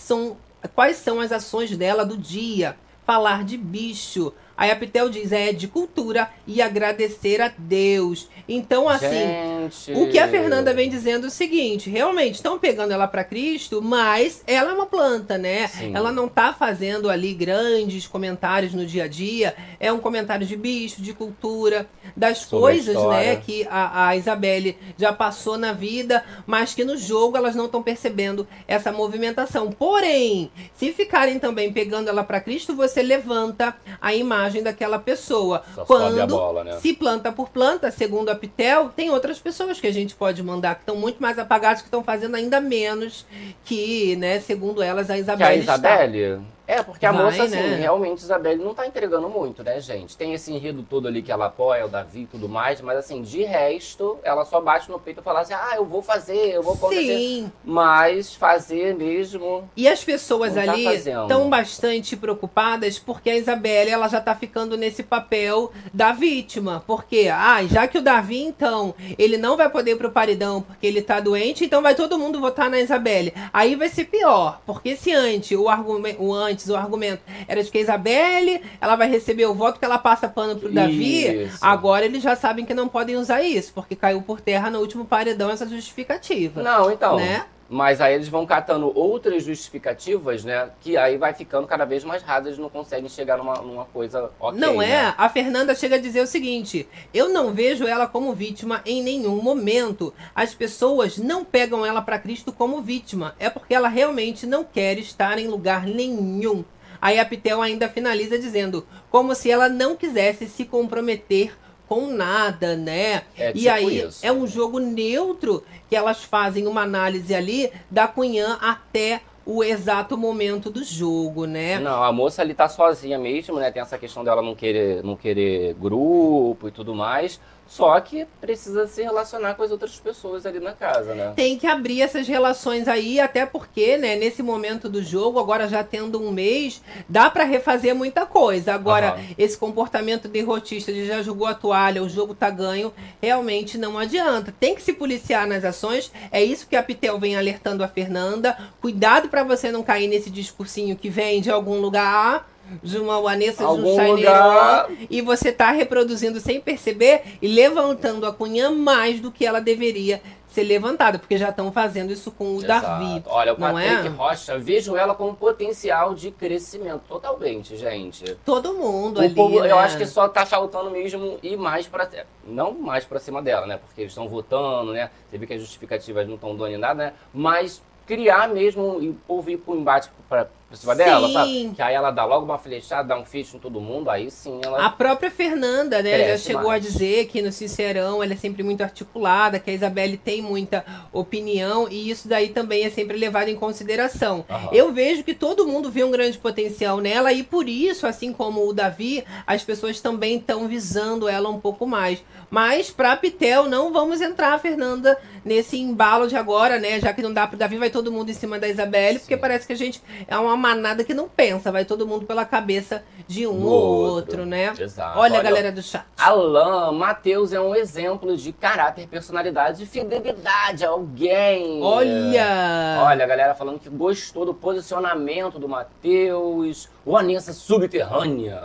são as ações dela do dia? Falar de bicho. Aí a Pitel diz: é de cultura e agradecer a Deus. Então, assim, o que a Fernanda vem dizendo é o seguinte: realmente estão pegando ela para Cristo, mas ela é uma planta, né? Sim. Ela não tá fazendo ali grandes comentários no dia a dia. É um comentário de bicho, de cultura, das coisas, né, que a Isabelle já passou na vida, mas que no jogo elas não estão percebendo essa movimentação. Porém, se ficarem também pegando ela para Cristo, você levanta a imagem daquela pessoa. Só quando sobe a bola, né? Se planta por planta, segundo a Pitel, tem outras pessoas que a gente pode mandar que estão muito mais apagadas, que estão fazendo ainda menos que, né, segundo elas, a Isabelle está. É, porque a moça, assim, né? Realmente, Isabelle não tá entregando muito, né, gente? Tem esse enredo todo ali que ela apoia, o Davi e tudo mais, mas, assim, de resto, ela só bate no peito e fala assim: eu vou fazer, eu vou acontecer. Sim. Mas fazer mesmo. E as pessoas ali estão bastante preocupadas porque a Isabelle, ela já tá ficando nesse papel da vítima. Porque, já que o Davi, então, ele não vai poder ir pro paredão porque ele tá doente, então vai todo mundo votar na Isabelle. Aí vai ser pior, porque se antes o argumento era de que a Isabelle, ela vai receber o voto que ela passa pano pro Davi, agora eles já sabem que não podem usar isso, porque caiu por terra no último paredão essa justificativa. Não, então, né? Mas aí eles vão catando outras justificativas, né? Que aí vai ficando cada vez mais rasas, eles não conseguem chegar numa coisa ok. Não é? Né? A Fernanda chega a dizer o seguinte: eu não vejo ela como vítima em nenhum momento. As pessoas não pegam ela para Cristo como vítima. É porque ela realmente não quer estar em lugar nenhum. Aí a Pitel ainda finaliza dizendo: como se ela não quisesse se comprometer com nada, né? E aí isso. É um jogo neutro que elas fazem uma análise ali da Cunhã até o exato momento do jogo, né? Não, a moça ali tá sozinha mesmo, né? Tem essa questão dela não querer grupo e tudo mais. Só que precisa se relacionar com as outras pessoas ali na casa, né? Tem que abrir essas relações aí, até porque, né, nesse momento do jogo, agora já tendo um mês, dá pra refazer muita coisa. Agora, esse comportamento derrotista de já jogou a toalha, o jogo tá ganho, realmente não adianta. Tem que se policiar nas ações, é isso que a Pitel vem alertando a Fernanda. Cuidado pra você não cair nesse discursinho que vem de algum lugar, de uma Vanessa, de um Shineron, e você tá reproduzindo sem perceber e levantando a Cunhã mais do que ela deveria ser levantada, porque já estão fazendo isso com o Davi. Olha, o não Patrick é? Rocha, vejo ela com potencial de crescimento totalmente, gente. Todo mundo O ali, povo, né? eu acho que só tá faltando mesmo ir mais pra... Não mais pra cima dela, né? Porque eles estão votando, né? Você vê que as justificativas não estão dando em nada, né? Mas criar mesmo e o povo ir pro embate pra cima dela, sabe? Que aí ela dá logo uma flechada, dá um fecho em todo mundo, aí sim ela... A própria Fernanda, né, já Cresce chegou mais. a dizer que no Sincerão ela é sempre muito articulada, que a Isabelle tem muita opinião e isso daí também é sempre levado em consideração. Aham. Eu vejo que todo mundo vê um grande potencial nela e por isso, assim como o Davi, as pessoas também estão visando ela um pouco mais. Mas pra Pitel, não vamos entrar, Fernanda, nesse embalo de agora, né, já que não dá pro Davi, vai todo mundo em cima da Isabelle, porque parece que a gente é uma manada que não pensa, vai todo mundo pela cabeça de um ou outro, né? Exato. Olha a galera do chat. Alan, Matheus é um exemplo de caráter, personalidade e fidelidade a alguém. Olha! Olha, a galera falando que gostou do posicionamento do Matheus. Vanessa subterrânea.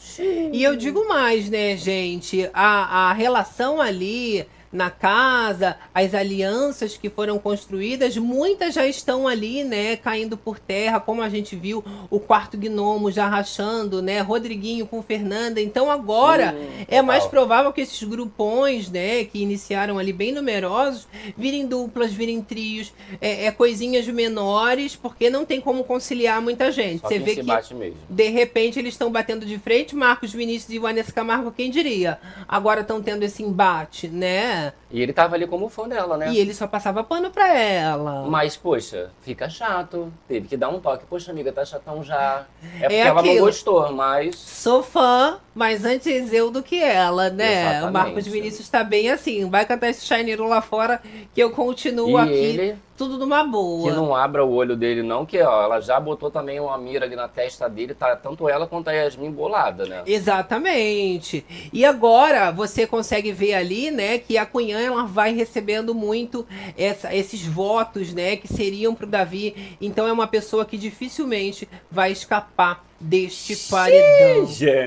E eu digo mais, né, gente? A relação ali na casa, as alianças que foram construídas, muitas já estão ali, né, caindo por terra, como a gente viu o quarto gnomo já rachando, né, Rodriguinho com Fernanda. Então agora é mais provável que esses grupões, né, que iniciaram ali bem numerosos, virem duplas, virem trios, coisinhas menores, porque não tem como conciliar muita gente. Só Você quem vê se que bate mesmo. de repente eles estão batendo de frente, Marcos Vinícius e Vanessa Camargo, quem diria? Agora estão tendo esse embate, né? E ele tava ali como fã dela, né? E ele só passava pano pra ela. Mas, poxa, fica chato. Teve que dar um toque. Poxa, amiga, tá chatão já. É porque É ela não aquilo. gostou, mas... Sou fã, mas antes eu do que ela, né? Exatamente. O Marcos Vinícius tá bem assim. Vai cantar esse Shineiro lá fora que eu continuo E aqui. ele... Tudo numa boa. Que não abra o olho dele, não, que ó, ela já botou também uma mira ali na testa dele, tá tanto ela quanto a Yasmin bolada, né? Exatamente. E agora você consegue ver ali, né, que a Cunhã ela vai recebendo muito esses votos, né, que seriam pro Davi. Então é uma pessoa que dificilmente vai escapar deste paredão.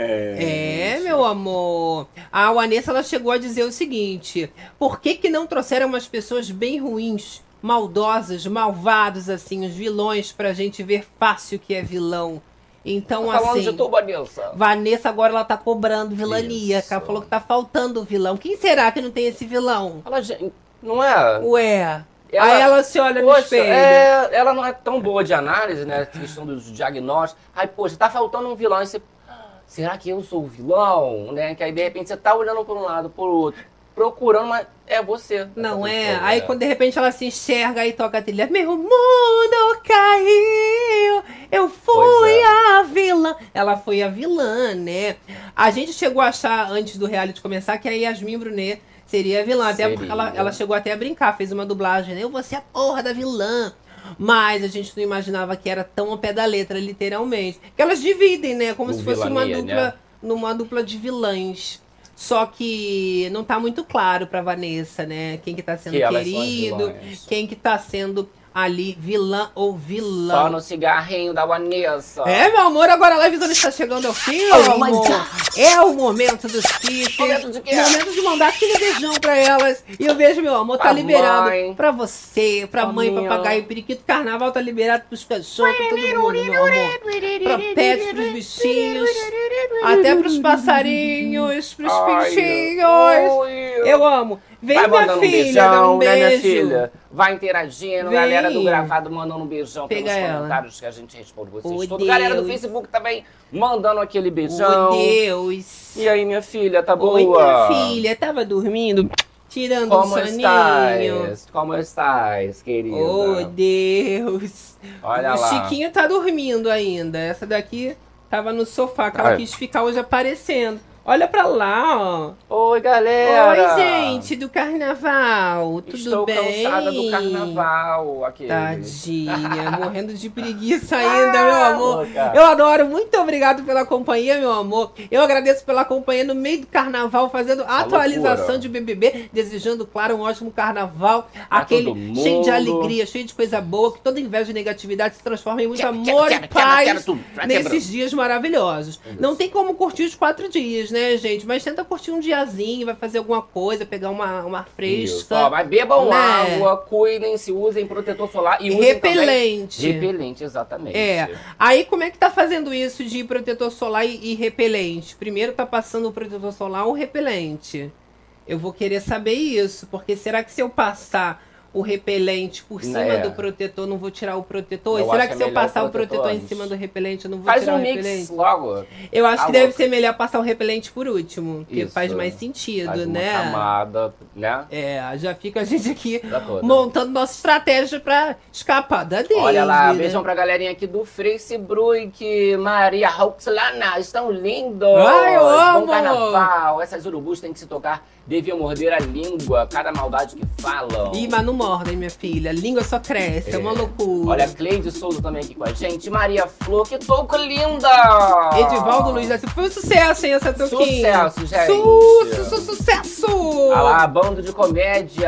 É, meu amor. A Vanessa ela chegou a dizer o seguinte: por que não trouxeram umas pessoas bem ruins, maldosas, malvados, assim, os vilões, pra gente ver fácil que é vilão? Então, Tá falando assim, de tu, Vanessa. Vanessa agora ela tá cobrando vilania. Isso. Ela falou que tá faltando vilão. Quem será que não tem esse vilão? Ela, não é? Ué. Aí ela se olha no poxa, espelho. ela não é tão boa de análise, né? Questão dos diagnósticos. Aí, poxa, tá faltando um vilão. Aí você, será que eu sou o vilão? Né? Que aí, de repente, você tá olhando por um lado, por outro, procurando, mas é você. Não é? pessoa, Aí né? quando de repente ela se enxerga e toca a trilha. Meu mundo caiu, eu fui Pois é. a vilã. Ela foi a vilã, né? A gente chegou a achar, antes do reality começar, que a Yasmin Brunet seria a vilã. Até porque ela chegou até a brincar, fez uma dublagem, né? Eu vou ser a porra da vilã. Mas a gente não imaginava que era tão ao pé da letra, literalmente. Que elas dividem, né? Como Do se fosse uma vilania, dupla, né? numa dupla de vilãs. Só que não tá muito claro pra Vanessa, né? Quem que tá sendo Que elas são as querido, vilãs. quem que tá sendo ali vilã ou vilão. Só no cigarrinho da Vanessa. É, meu amor, agora a live está chegando ao fim, meu amor. É o momento dos kits. Momento de quê? Momento de mandar aquele beijão pra elas. E o beijo, meu amor, tá Pra liberado mãe. pra você, pra mãe, minha. papagaio, periquito. Carnaval tá liberado pros cachorros, pra todo mundo, meu amor. Pra pets, pros bichinhos. Até pros passarinhos, pros Ai, pintinhos. oi. Eu amo. Vem, Vai minha mandando filha, um beijão, dá um né, minha beijo. filha? Vai interagindo, Vem. galera do gravado mandando um beijão Pega pelos ela. comentários que a gente responde vocês. Oh, Tudo. Galera do Deus. Facebook também mandando aquele beijão. Oh, Deus. E aí, minha filha, tá boa? Oi, minha filha, tava dormindo, tirando Como um soninho. estás? Como estás, querida? Oh, Deus. Olha O lá. Chiquinho tá dormindo ainda. Essa daqui tava no sofá, que ela Ai. quis ficar hoje aparecendo. Olha pra lá, ó. Oi, galera. Oi, gente, do carnaval. Tudo Estou bem? cansada do carnaval. Aqui. Tadinha, morrendo de preguiça ainda, meu amor. louca. Eu adoro, muito obrigado pela companhia, meu amor. Eu agradeço pela companhia no meio do carnaval, fazendo atualização loucura. de BBB, desejando, claro, um ótimo carnaval. Pra Aquele todo mundo. cheio de alegria, cheio de coisa boa, que toda inveja e negatividade se transforma em muito Quero, amor quero, e quero, paz quero tudo. Vai nesses quebrando. dias maravilhosos. Não tem como curtir os 4 dias, né, gente? Mas tenta curtir um diazinho, vai fazer alguma coisa, pegar uma fresca. Isso. Ó, mas bebam né? água, cuidem-se, usem protetor solar e usem repelente. Também repelente, exatamente. Aí como é que tá fazendo isso de protetor solar e repelente? Primeiro tá passando o protetor solar ou repelente? Eu vou querer saber isso, porque será que se eu passar o repelente por cima do protetor, não vou tirar o protetor? E será que se eu passar o protetor em cima do repelente, eu não vou tirar o repelente? Faz um mix logo. Eu acho que deve ser melhor passar o repelente por último, porque Isso. faz mais sentido, Faz uma né? camada, né? Já fica a gente aqui montando nossa estratégia pra escapar da Disney. Olha lá, né? beijão pra galerinha aqui do Facebook, Maria Roxlana, estão lindos! Ai, eu amo! Bom carnaval, essas urubus têm que se tocar, deviam morder a língua, cada maldade que falam. Ih, mas não mordem, minha filha, a língua só cresce, é uma loucura. Olha, Cleide Souza também aqui com a gente, Maria Flor, que touca linda! Edivaldo Luiz da Silva, foi um sucesso, hein, essa touquinha. Sucesso, gente! Sucesso! Olha lá, bando de comédias!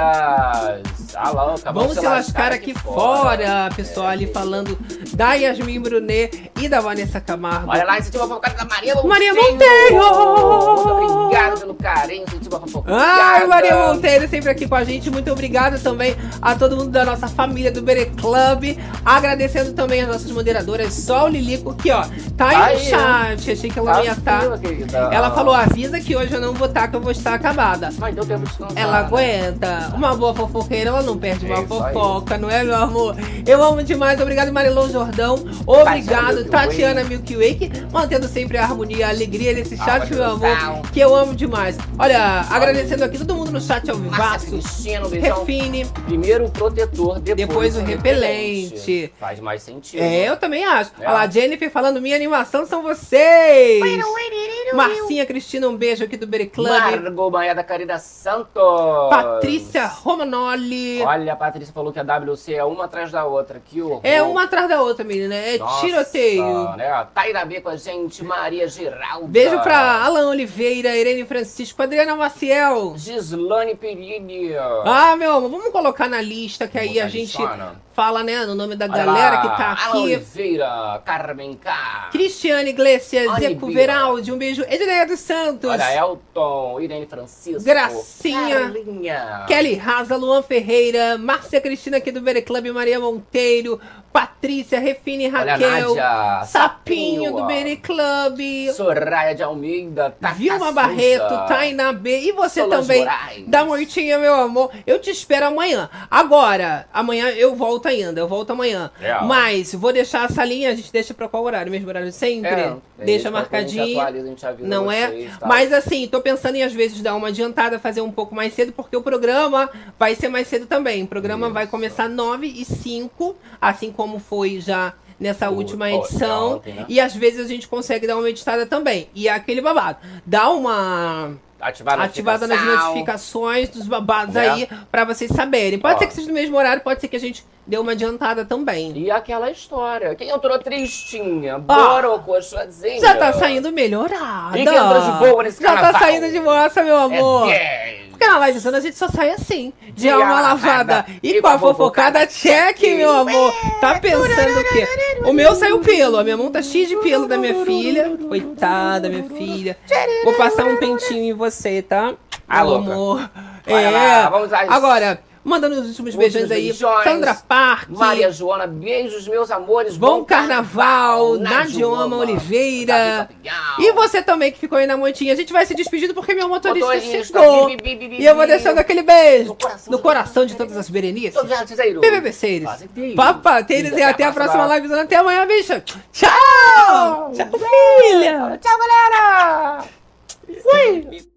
Ah, louca, vamos se lascar aqui fora, pessoal ali falando da Yasmin Brunet e da Vanessa Camargo. Olha lá, incentiva a fofocada da Maria Monteiro! Maria Monteiro! Muito obrigado pelo carinho, incentiva a fofocada. Ai, Maria Monteiro sempre aqui com a gente. Muito obrigada também a todo mundo da nossa família do Bere Club. Agradecendo também as nossas moderadoras, Sol Lilico, que ó, tá aí no chat. Achei que ela não ia estar. Ela falou, avisa que hoje eu não vou estar, que eu vou estar acabada. Mas deu tempo de descansar. Ela aguenta. Uma boa fofoqueira, ela não perde uma fofoca, não é, meu amor? Eu amo demais. Obrigado, Marilô Jordão. Obrigado, Tatiana Milky Way, mantendo sempre a harmonia, a alegria nesse chat, meu amor, que eu amo demais. Olha, agradecendo aqui todo mundo no chat ao vivaço. Refine. Primeiro o protetor, depois o repelente. Faz mais sentido. Eu também acho. Olha lá, Jennifer falando, minha animação são vocês. Marcinha Cristina, um beijo aqui do Bere Club. Margot Maia da Carida Santos. Patrícia Romanoli. Olha, a Patrícia falou que a WC é uma atrás da outra. Que horror. É uma atrás da outra, menina. É tiroteio. Né? Taira B com a gente, Maria Geralda. Beijo pra Alan Oliveira, Irene Francisco, Adriana Maciel. Gislane Perini. Ah, meu amor, vamos colocar na lista que aí a gente fala, né, no nome da galera que tá aqui. Alan Oliveira, Carmen K. Cristiane Iglesias, Zeco Veraldi, um beijo. Edineia dos Santos. Olha, Elton, Irene Francisco. Gracinha. Carlinha. Kelly Raza, Luan Ferreira, Márcia Cristina aqui do Bere Club, Maria Monteiro, Patrícia, Refine Raquel, Nádia, Sapinho do Bere Club, Soraya de Almeida, Vilma Barreto, Tainá B. E você Solange também, Moraes. Da Moitinha, meu amor. Eu te espero amanhã. Agora, amanhã eu volto ainda, eu volto amanhã. Mas vou deixar a salinha, a gente deixa pra qual horário? Mesmo horário sempre? Deixa marcadinho. Não é? Mas assim, tô pensando em às vezes dar uma adiantada, fazer um pouco mais cedo, porque o programa vai ser mais cedo também. O programa vai começar 9h05, assim como foi já nessa última edição. Ontem, né? E às vezes a gente consegue dar uma editada também. E é aquele babado. Dá uma ativada nas notificações dos babados aí, pra vocês saberem. Pode ser que seja no mesmo horário, pode ser que a gente dê uma adiantada também. E aquela história, quem entrou tristinha, borocochosinha, já tá saindo melhorada. E quem entrou de boa nesse carnaval? Já tá saindo de moça, meu amor. Porque na live a gente só sai assim, de alma lavada e com a fofocada check, meu amor. Tá pensando o quê? O meu saiu pelo, a minha mão tá cheia de pelo da minha filha. Coitada, minha filha. Vou passar um pentinho em você, tá? Amor. Lá, vamos lá. Agora, mandando os últimos beijões aí. Sandra Parque. Maria Joana, beijos, meus amores. Bom carnaval. Nadioma Oliveira. E você também que ficou aí na moitinha. A gente vai se despedindo porque meu motorista chegou. E eu vou deixando aquele beijo no coração de todas as Berenices. BBBceiros. Papateiros. E até a próxima live. Até amanhã, bicha. Tchau. Tchau, filha. Tchau, galera. Fui.